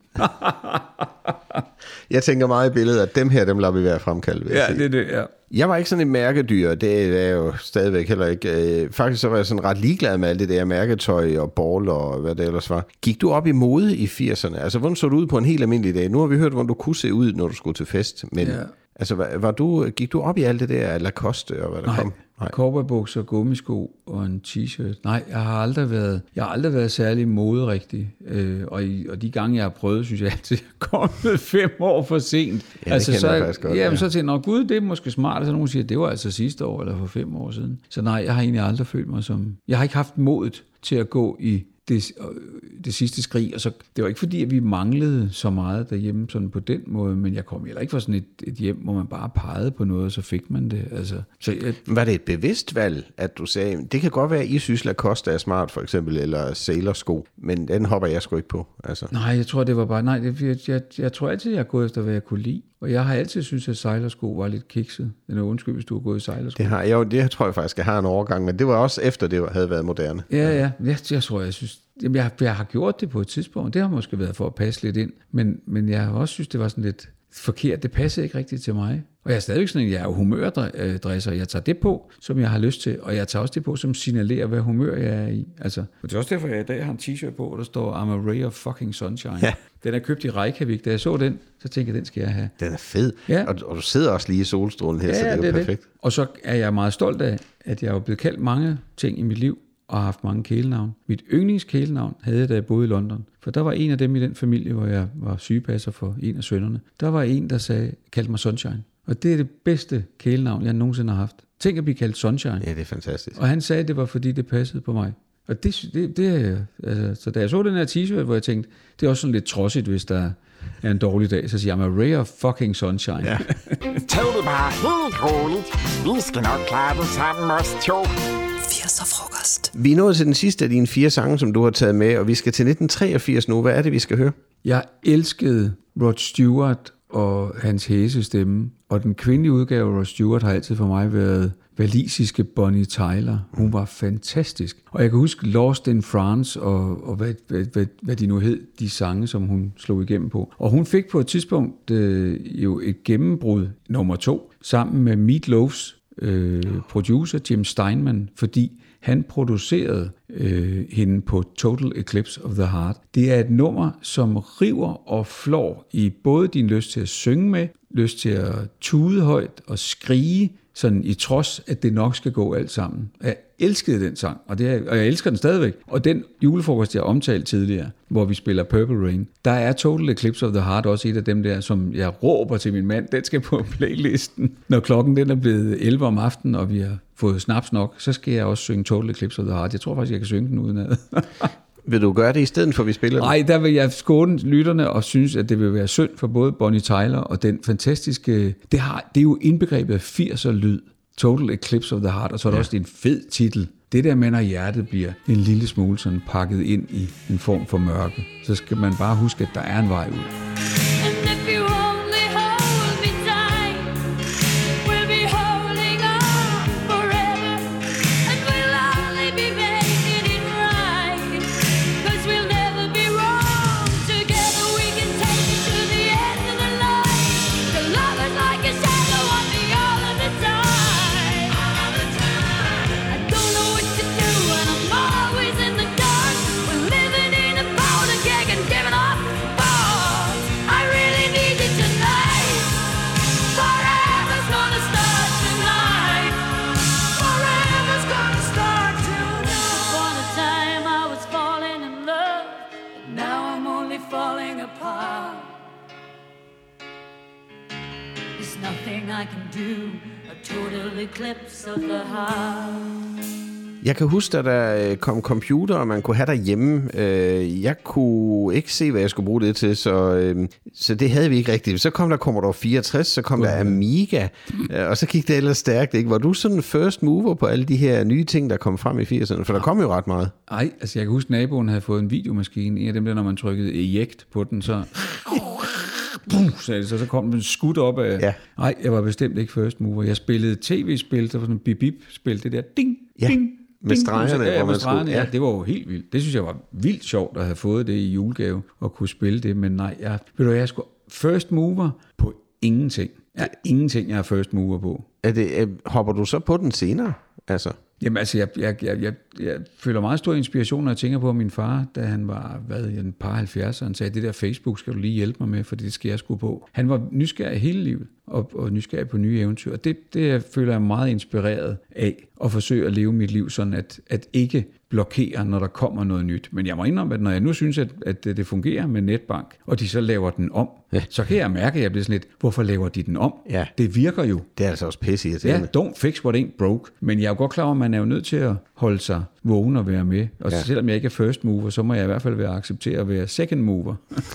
Jeg tænker meget i billedet, at dem her, dem lader vi være fremkaldt. Ja, det er det, ja. Jeg var ikke sådan et mærkedyr, det er jo stadigvæk heller ikke. Faktisk så var jeg sådan ret ligeglad med alt det der mærketøj og ball og hvad det ellers var. Gik du op i mode i firserne? Altså, hvordan så du ud på en helt almindelig dag? Nu har vi hørt, hvordan du kunne se ud, når du skulle til fest, men... Ja. Altså, var, var du, gik du op i alt det der Lacoste og hvad der Nej. kom? Nej, cowboybukser, gummisko og en t-shirt. Nej, jeg har aldrig været, jeg har aldrig været særlig moderigtig. Øh, og, i, og de gange, jeg har prøvet, synes jeg altid, jeg er kommet fem år for sent. Ja, altså, det så, jeg faktisk godt. Jamen, ja. så tænkte jeg, gud, det er måske smart. Så nogen siger, det var altså sidste år eller for fem år siden. Så nej, jeg har egentlig aldrig følt mig som... Jeg har ikke haft modet til at gå i det, det sidste skrig, og så, det var ikke fordi, at vi manglede så meget derhjemme sådan på den måde, men jeg kom heller ikke fra sådan et, et hjem, hvor man bare pegede på noget, og så fik man det. Altså, så jeg, var det et bevidst valg, at du sagde, det kan godt være, at I synes, Lacoste er smart, for eksempel, eller Sailor-sko, men den hopper jeg sgu ikke på. Altså. Nej, jeg tror, det var bare, nej, det, jeg, jeg, jeg tror altid, jeg har gået efter, hvad jeg kunne lide, og jeg har altid synes, at sejlersko var lidt kikset. Den er undskyld, hvis du har gået i sejlersko. Det har jeg, det tror jeg faktisk, jeg har en overgang, men det var også efter, det havde været moderne. Ja, ja, jeg, jeg tror, jeg synes, Jamen, jeg, jeg har gjort det på et tidspunkt. Det har måske været for at passe lidt ind. Men, men jeg har også synes, det var sådan lidt forkert. Det passede ikke rigtigt til mig. Og jeg er stadigvæk sådan en, jeg er humørdresser. Jeg tager det på, som jeg har lyst til. Og jeg tager også det på, som signalerer, hvad humør jeg er i. Altså, og det er også derfor, jeg i dag har en t-shirt på, hvor der står, I'm a ray of fucking sunshine. Ja. Den er købt i Reykjavik. Da jeg så den, så tænkte jeg, den skal jeg have. Den er fed. Ja. Og, og du sidder også lige i solstrålen her, ja, så det er jo det er perfekt. Det. Og så er jeg meget stolt af, at jeg er blevet kaldt mange ting i mit liv, og har haft mange kælenavn. Mit yndlingskælenavn havde jeg, da jeg boede i London. For der var en af dem i den familie, hvor jeg var sygepasser for en af sønnerne. Der var en, der sagde, kaldte mig Sunshine. Og det er det bedste kælenavn, jeg nogensinde har haft. Tænk at blive kaldt Sunshine. Ja, det er fantastisk. Og han sagde, det var fordi, det passede på mig. Og det, det, det altså, så da jeg så den her t-shirt, hvor jeg tænkte, det er også sådan lidt trodsigt, hvis der er en dårlig dag, så siger jeg, I'm a ray of fucking sunshine. Ja. Tag det bare helt roligt. Vi skal nok klare det sammen, os to. firser frokost. Vi er nået til den sidste af dine fire sange, som du har taget med, og vi skal til nitten treogfirs nu. Hvad er det, vi skal høre? Jeg elskede Rod Stewart og hans hæsestemme, og den kvindelige udgave af Rod Stewart har altid for mig været walisiske Bonnie Tyler. Hun var fantastisk. Og jeg kan huske Lost in France, og, og hvad, hvad, hvad, hvad de nu hed, de sange, som hun slog igennem på. Og hun fik på et tidspunkt øh, jo et gennembrud, nummer to, sammen med Meat Loafs øh, producer, Jim Steinman, fordi han producerede øh, hende på Total Eclipse of the Heart. Det er et nummer, som river og flår i både din lyst til at synge med, lyst til at tude højt og skrige, sådan i trods, at det nok skal gå alt sammen. Jeg elskede den sang, og, det er, og jeg elsker den stadigvæk. Og den julefrokost, jeg omtalte tidligere, hvor vi spiller Purple Rain, der er Total Eclipse of the Heart også et af dem der, som jeg råber til min mand, den skal på playlisten. Når klokken den er blevet elleve om aftenen, og vi har fået snaps nok, så skal jeg også synge Total Eclipse of the Heart. Jeg tror faktisk, jeg kan synge den udenad. Vil du gøre det i stedet for, vi spiller den? Nej, der vil jeg skåne lytterne og synes, at det vil være synd for både Bonnie Tyler og den fantastiske... Det, har, det er jo indbegrebet af firser lyd. Total Eclipse of the Heart, og så er der ja. også en fed titel. Det der med, når hjertet bliver en lille smule sådan pakket ind i en form for mørke, så skal man bare huske, at der er en vej ud. I can do. A total eclipse of the heart. Jeg kan huske, at der kom computer, og man kunne have derhjemme. Jeg kunne ikke se, hvad jeg skulle bruge det til, så, så det havde vi ikke rigtigt. Så kom der Commodore fireogtres, så kom der Amiga, og så gik det ellers stærkt. Ikke? Var du sådan first mover på alle de her nye ting, der kom frem i firserne? For der kom jo ret meget. Nej, altså jeg kan huske, at naboen havde fået en videomaskine. En af dem der, når man trykkede eject på den, så... Så, så kom den skudt op af... Ja. Nej, jeg var bestemt ikke first mover. Jeg spillede tv-spil, der var sådan en bip-bip-spil, det der ding, ja. ding, med stregerne, ja, hvor man stregerne, skulle, ja. ja, det var jo helt vildt. Det synes jeg var vildt sjovt at have fået det i julegave og kunne spille det, men nej, jeg, ved du, jeg er sgu first mover på ingenting. Jeg er ingenting, jeg er first mover på. Er det, hopper du så på den senere? Altså... Jamen altså, jeg, jeg, jeg, jeg, jeg føler meget stor inspiration, når jeg tænker på min far, da han var, hvad, en par halvfjerds, og han sagde, det der Facebook skal du lige hjælpe mig med, for det skal jeg sgu på. Han var nysgerrig hele livet, og, og nysgerrig på nye eventyr, og det, det føler jeg meget inspireret af, at forsøge at leve mit liv sådan, at, at ikke blokere, når der kommer noget nyt. Men jeg må indrømme, at når jeg nu synes, at, at det fungerer med netbank, og de så laver den om, ja. Så kan jeg mærke, at jeg bliver sådan lidt, hvorfor laver de den om? Ja. Det virker jo. Det er altså også pisse i ja, don't fix what ain't broke. Men jeg er jo godt klar over, at man er jo nødt til at holde sig vågen og være med. Og ja. Selvom jeg ikke er first mover, så må jeg i hvert fald være acceptere at være second mover.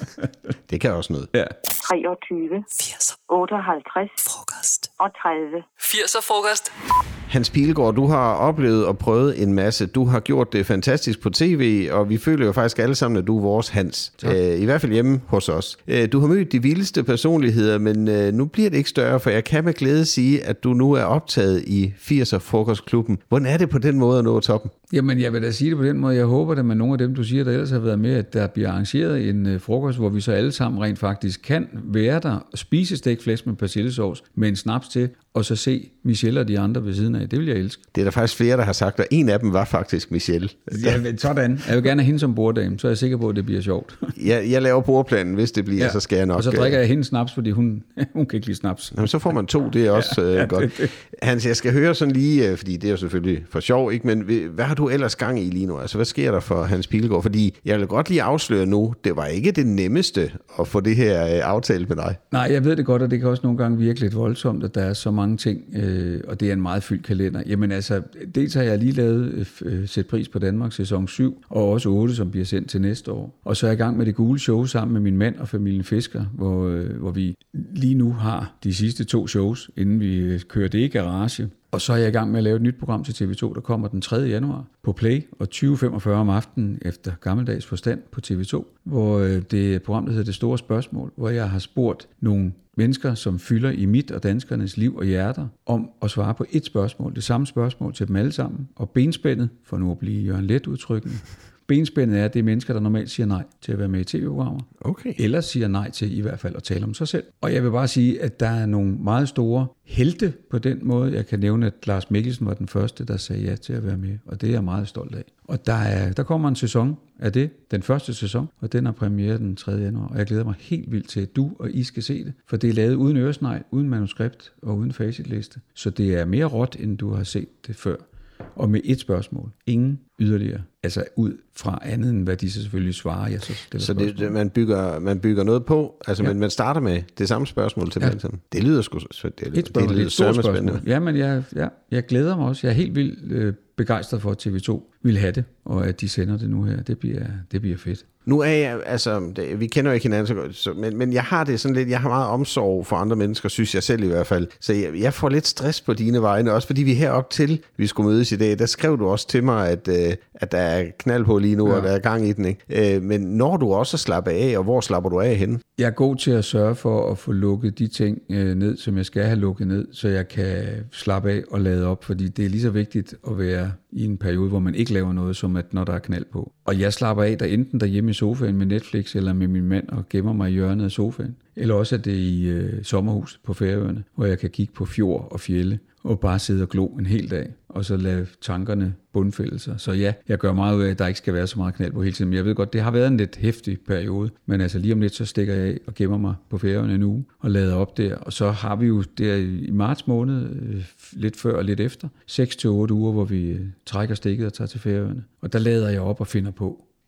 Det kan også noget. Ja. treogtyve, firs, otteoghalvtreds, frokost og tredive. firser-frokost. Hans Pilgaard, du har oplevet og prøvet en masse. Du har gjort det fantastisk på tv, og vi føler jo faktisk alle sammen, at du er vores Hans. Æ, I hvert fald hjemme hos os. Æ, du har mødt de vildeste personligheder, men øh, nu bliver det ikke større, for jeg kan med glæde sige, at du nu er optaget i firser-frokostklubben. Hvordan er det på den måde at nå toppen? Jamen, jeg vil da sige det på den måde. Jeg håber, at med nogle af dem, du siger, der ellers har været med, at der bliver arrangeret en uh, frokost, hvor vi så alle sammen rent faktisk kan være der og spise stegt flæsk med persillesovs med en snaps til, og så se Michelle og de andre ved siden af. Det vil jeg elske. Det er der faktisk flere, der har sagt, og en af dem var faktisk Michelle. Ja, sådan. Jeg vil gerne have hende som borddame, så er jeg sikker på, at det bliver sjovt. jeg, jeg laver bordplanen, hvis det bliver, ja. Så skal jeg nok... Og så drikker jeg hende snaps, fordi hun, hun kan ikke lide snaps. Jamen, så får man to, det er også ja, ja, godt. Det, det. Hans, jeg skal høre sådan lige, fordi det er jo selvfølgelig for sjov, ikke? Men hvad har du ellers gang i lige nu? Altså, hvad sker der for Hans Pilgaard? Fordi jeg vil godt lige afsløre nu, det var ikke det nemmeste at få det her aftale med dig. Nej, jeg ved det godt, og det kan også nogle gange virke lidt voldsomt, at der er så mange ting, øh, og det er en meget fyldt kalender. Jamen altså, dels har jeg lige lavet øh, Sæt pris på Danmark sæson syv, og også otte, som bliver sendt til næste år. Og så er jeg i gang med Det Gule Show sammen med min mand og familien Fisker, hvor, øh, hvor vi lige nu har de sidste to shows, inden vi kører det i garage. Og så er jeg i gang med at lave et nyt program til T V to, der kommer den tredje januar på Play, og tyve femogfyrre om aftenen efter gammeldags forstand på T V to, hvor øh, det er et program, der hedder Det Store Spørgsmål, hvor jeg har spurgt nogle mennesker, som fylder i mit og danskernes liv og hjerter, om at svare på et spørgsmål. Det samme spørgsmål til dem alle sammen. Og benspændet, for nu at blive Jørgen Let udtrykkende, benspændet er, at det er mennesker, der normalt siger nej til at være med i tv-programmer. Okay. Eller siger nej til i hvert fald at tale om sig selv. Og jeg vil bare sige, at der er nogle meget store helte på den måde. Jeg kan nævne, at Lars Mikkelsen var den første, der sagde ja til at være med. Og det er jeg meget stolt af. Og der, er, der kommer en sæson af det, den første sæson, og den er premiere den tredje januar. Og jeg glæder mig helt vildt til, at du og I skal se det. For det er lavet uden øresnegl, uden manuskript og uden facitliste. Så det er mere råt, end du har set det før. Og med et spørgsmål. Ingen yderligere. Altså ud fra andet, end hvad de så selvfølgelig svarer. Jeg så så det, man, bygger, man bygger noget på, altså, ja. Men man starter med det samme spørgsmål til ja. Dem. Det lyder sgu det, et spørgsmål, det, det, det lyder spændende. Ja, men jeg, ja, jeg glæder mig også. Jeg er helt vildt øh, begejstret for, at T V to vil have det, og at de sender det nu her. Det bliver, det bliver fedt. Nu er jeg, altså, det, vi kender jo ikke hinanden så godt, så, men, men jeg har det sådan lidt, jeg har meget omsorg for andre mennesker, synes jeg selv i hvert fald. Så jeg, jeg får lidt stress på dine vegne, også fordi vi herop til, vi skulle mødes i dag, der skrev du også til mig, at, øh, at der er knald på lige nu, ja. Og der er gang i den, ikke? Øh, men når du også slapper af, og hvor slapper du af henne? Jeg er god til at sørge for at få lukket de ting øh, ned, som jeg skal have lukket ned, så jeg kan slappe af og lade op, fordi det er lige så vigtigt at være i en periode, hvor man ikke laver noget, som at når der er knald på. Og jeg slapper af der enten derhjemme i sofaen med Netflix, eller med min mand og gemmer mig i hjørnet af sofaen. Eller også er det i øh, sommerhuset på Færøerne, hvor jeg kan kigge på fjord og fjelde, og bare sidde og glo en hel dag, og så lade tankerne bundfælde sig. Så ja, jeg gør meget ud af, at der ikke skal være så meget knald på hele tiden. Men jeg ved godt, det har været en lidt heftig periode, men altså lige om lidt, så stikker jeg af og gemmer mig på Færøerne en uge, og lader op der. Og så har vi jo der i marts måned, lidt før og lidt efter, seks til otte uger, hvor vi trækker stikket og tager til Færøerne. Og der lader jeg op og finder på.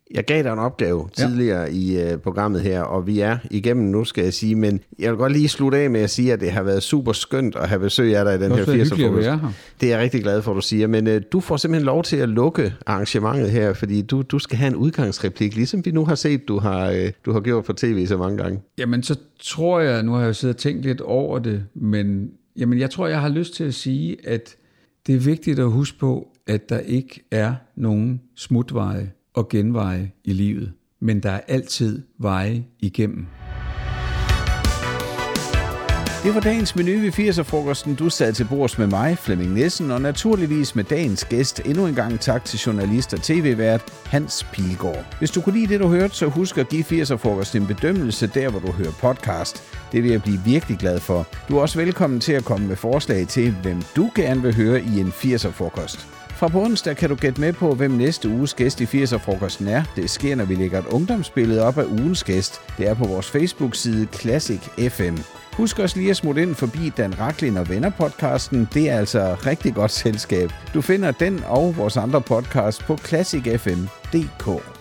Jeg gav dig en opgave Ja. tidligere i uh, programmet her, og vi er igennem nu, skal jeg sige, men jeg vil godt lige slutte af med at sige, at det har været super skønt at have besøg af dig i den her firser-frokost. Det er jeg rigtig glad for, at du siger, men uh, du får simpelthen lov til at lukke arrangementet her, fordi du, du skal have en udgangsreplik, ligesom vi nu har set, du har, uh, du har gjort på tv så mange gange. Jamen, så tror jeg, nu har jeg jo siddet og tænkt lidt over det, men jamen, jeg tror, jeg har lyst til at sige, at det er vigtigt at huske på, at der ikke er nogen smutveje og genveje i livet, men der er altid veje igennem. Det var dagens menu ved firser-frokosten. Du sad til bords med mig, Flemming Nissen, og naturligvis med dagens gæst. Endnu en gang tak til journalist og tv-vært Hans Pilgaard. Hvis du kunne lide det, du hørte, så husk at give firser-frokost en bedømmelse der, hvor du hører podcast. Det vil jeg blive virkelig glad for. Du er også velkommen til at komme med forslag til, hvem du gerne vil høre i en firser-frokost. Fra på onsdag kan du gætte med på, hvem næste uges gæst i firser-frokosten er. Det sker, når vi lægger et ungdomsbillede op af ugens gæst. Det er på vores Facebook-side Classic F M. Husk også lige at smutte ind forbi Dan Racklin og Venner-podcasten. Det er altså rigtig godt selskab. Du finder den og vores andre podcast på classic f m punktum d k.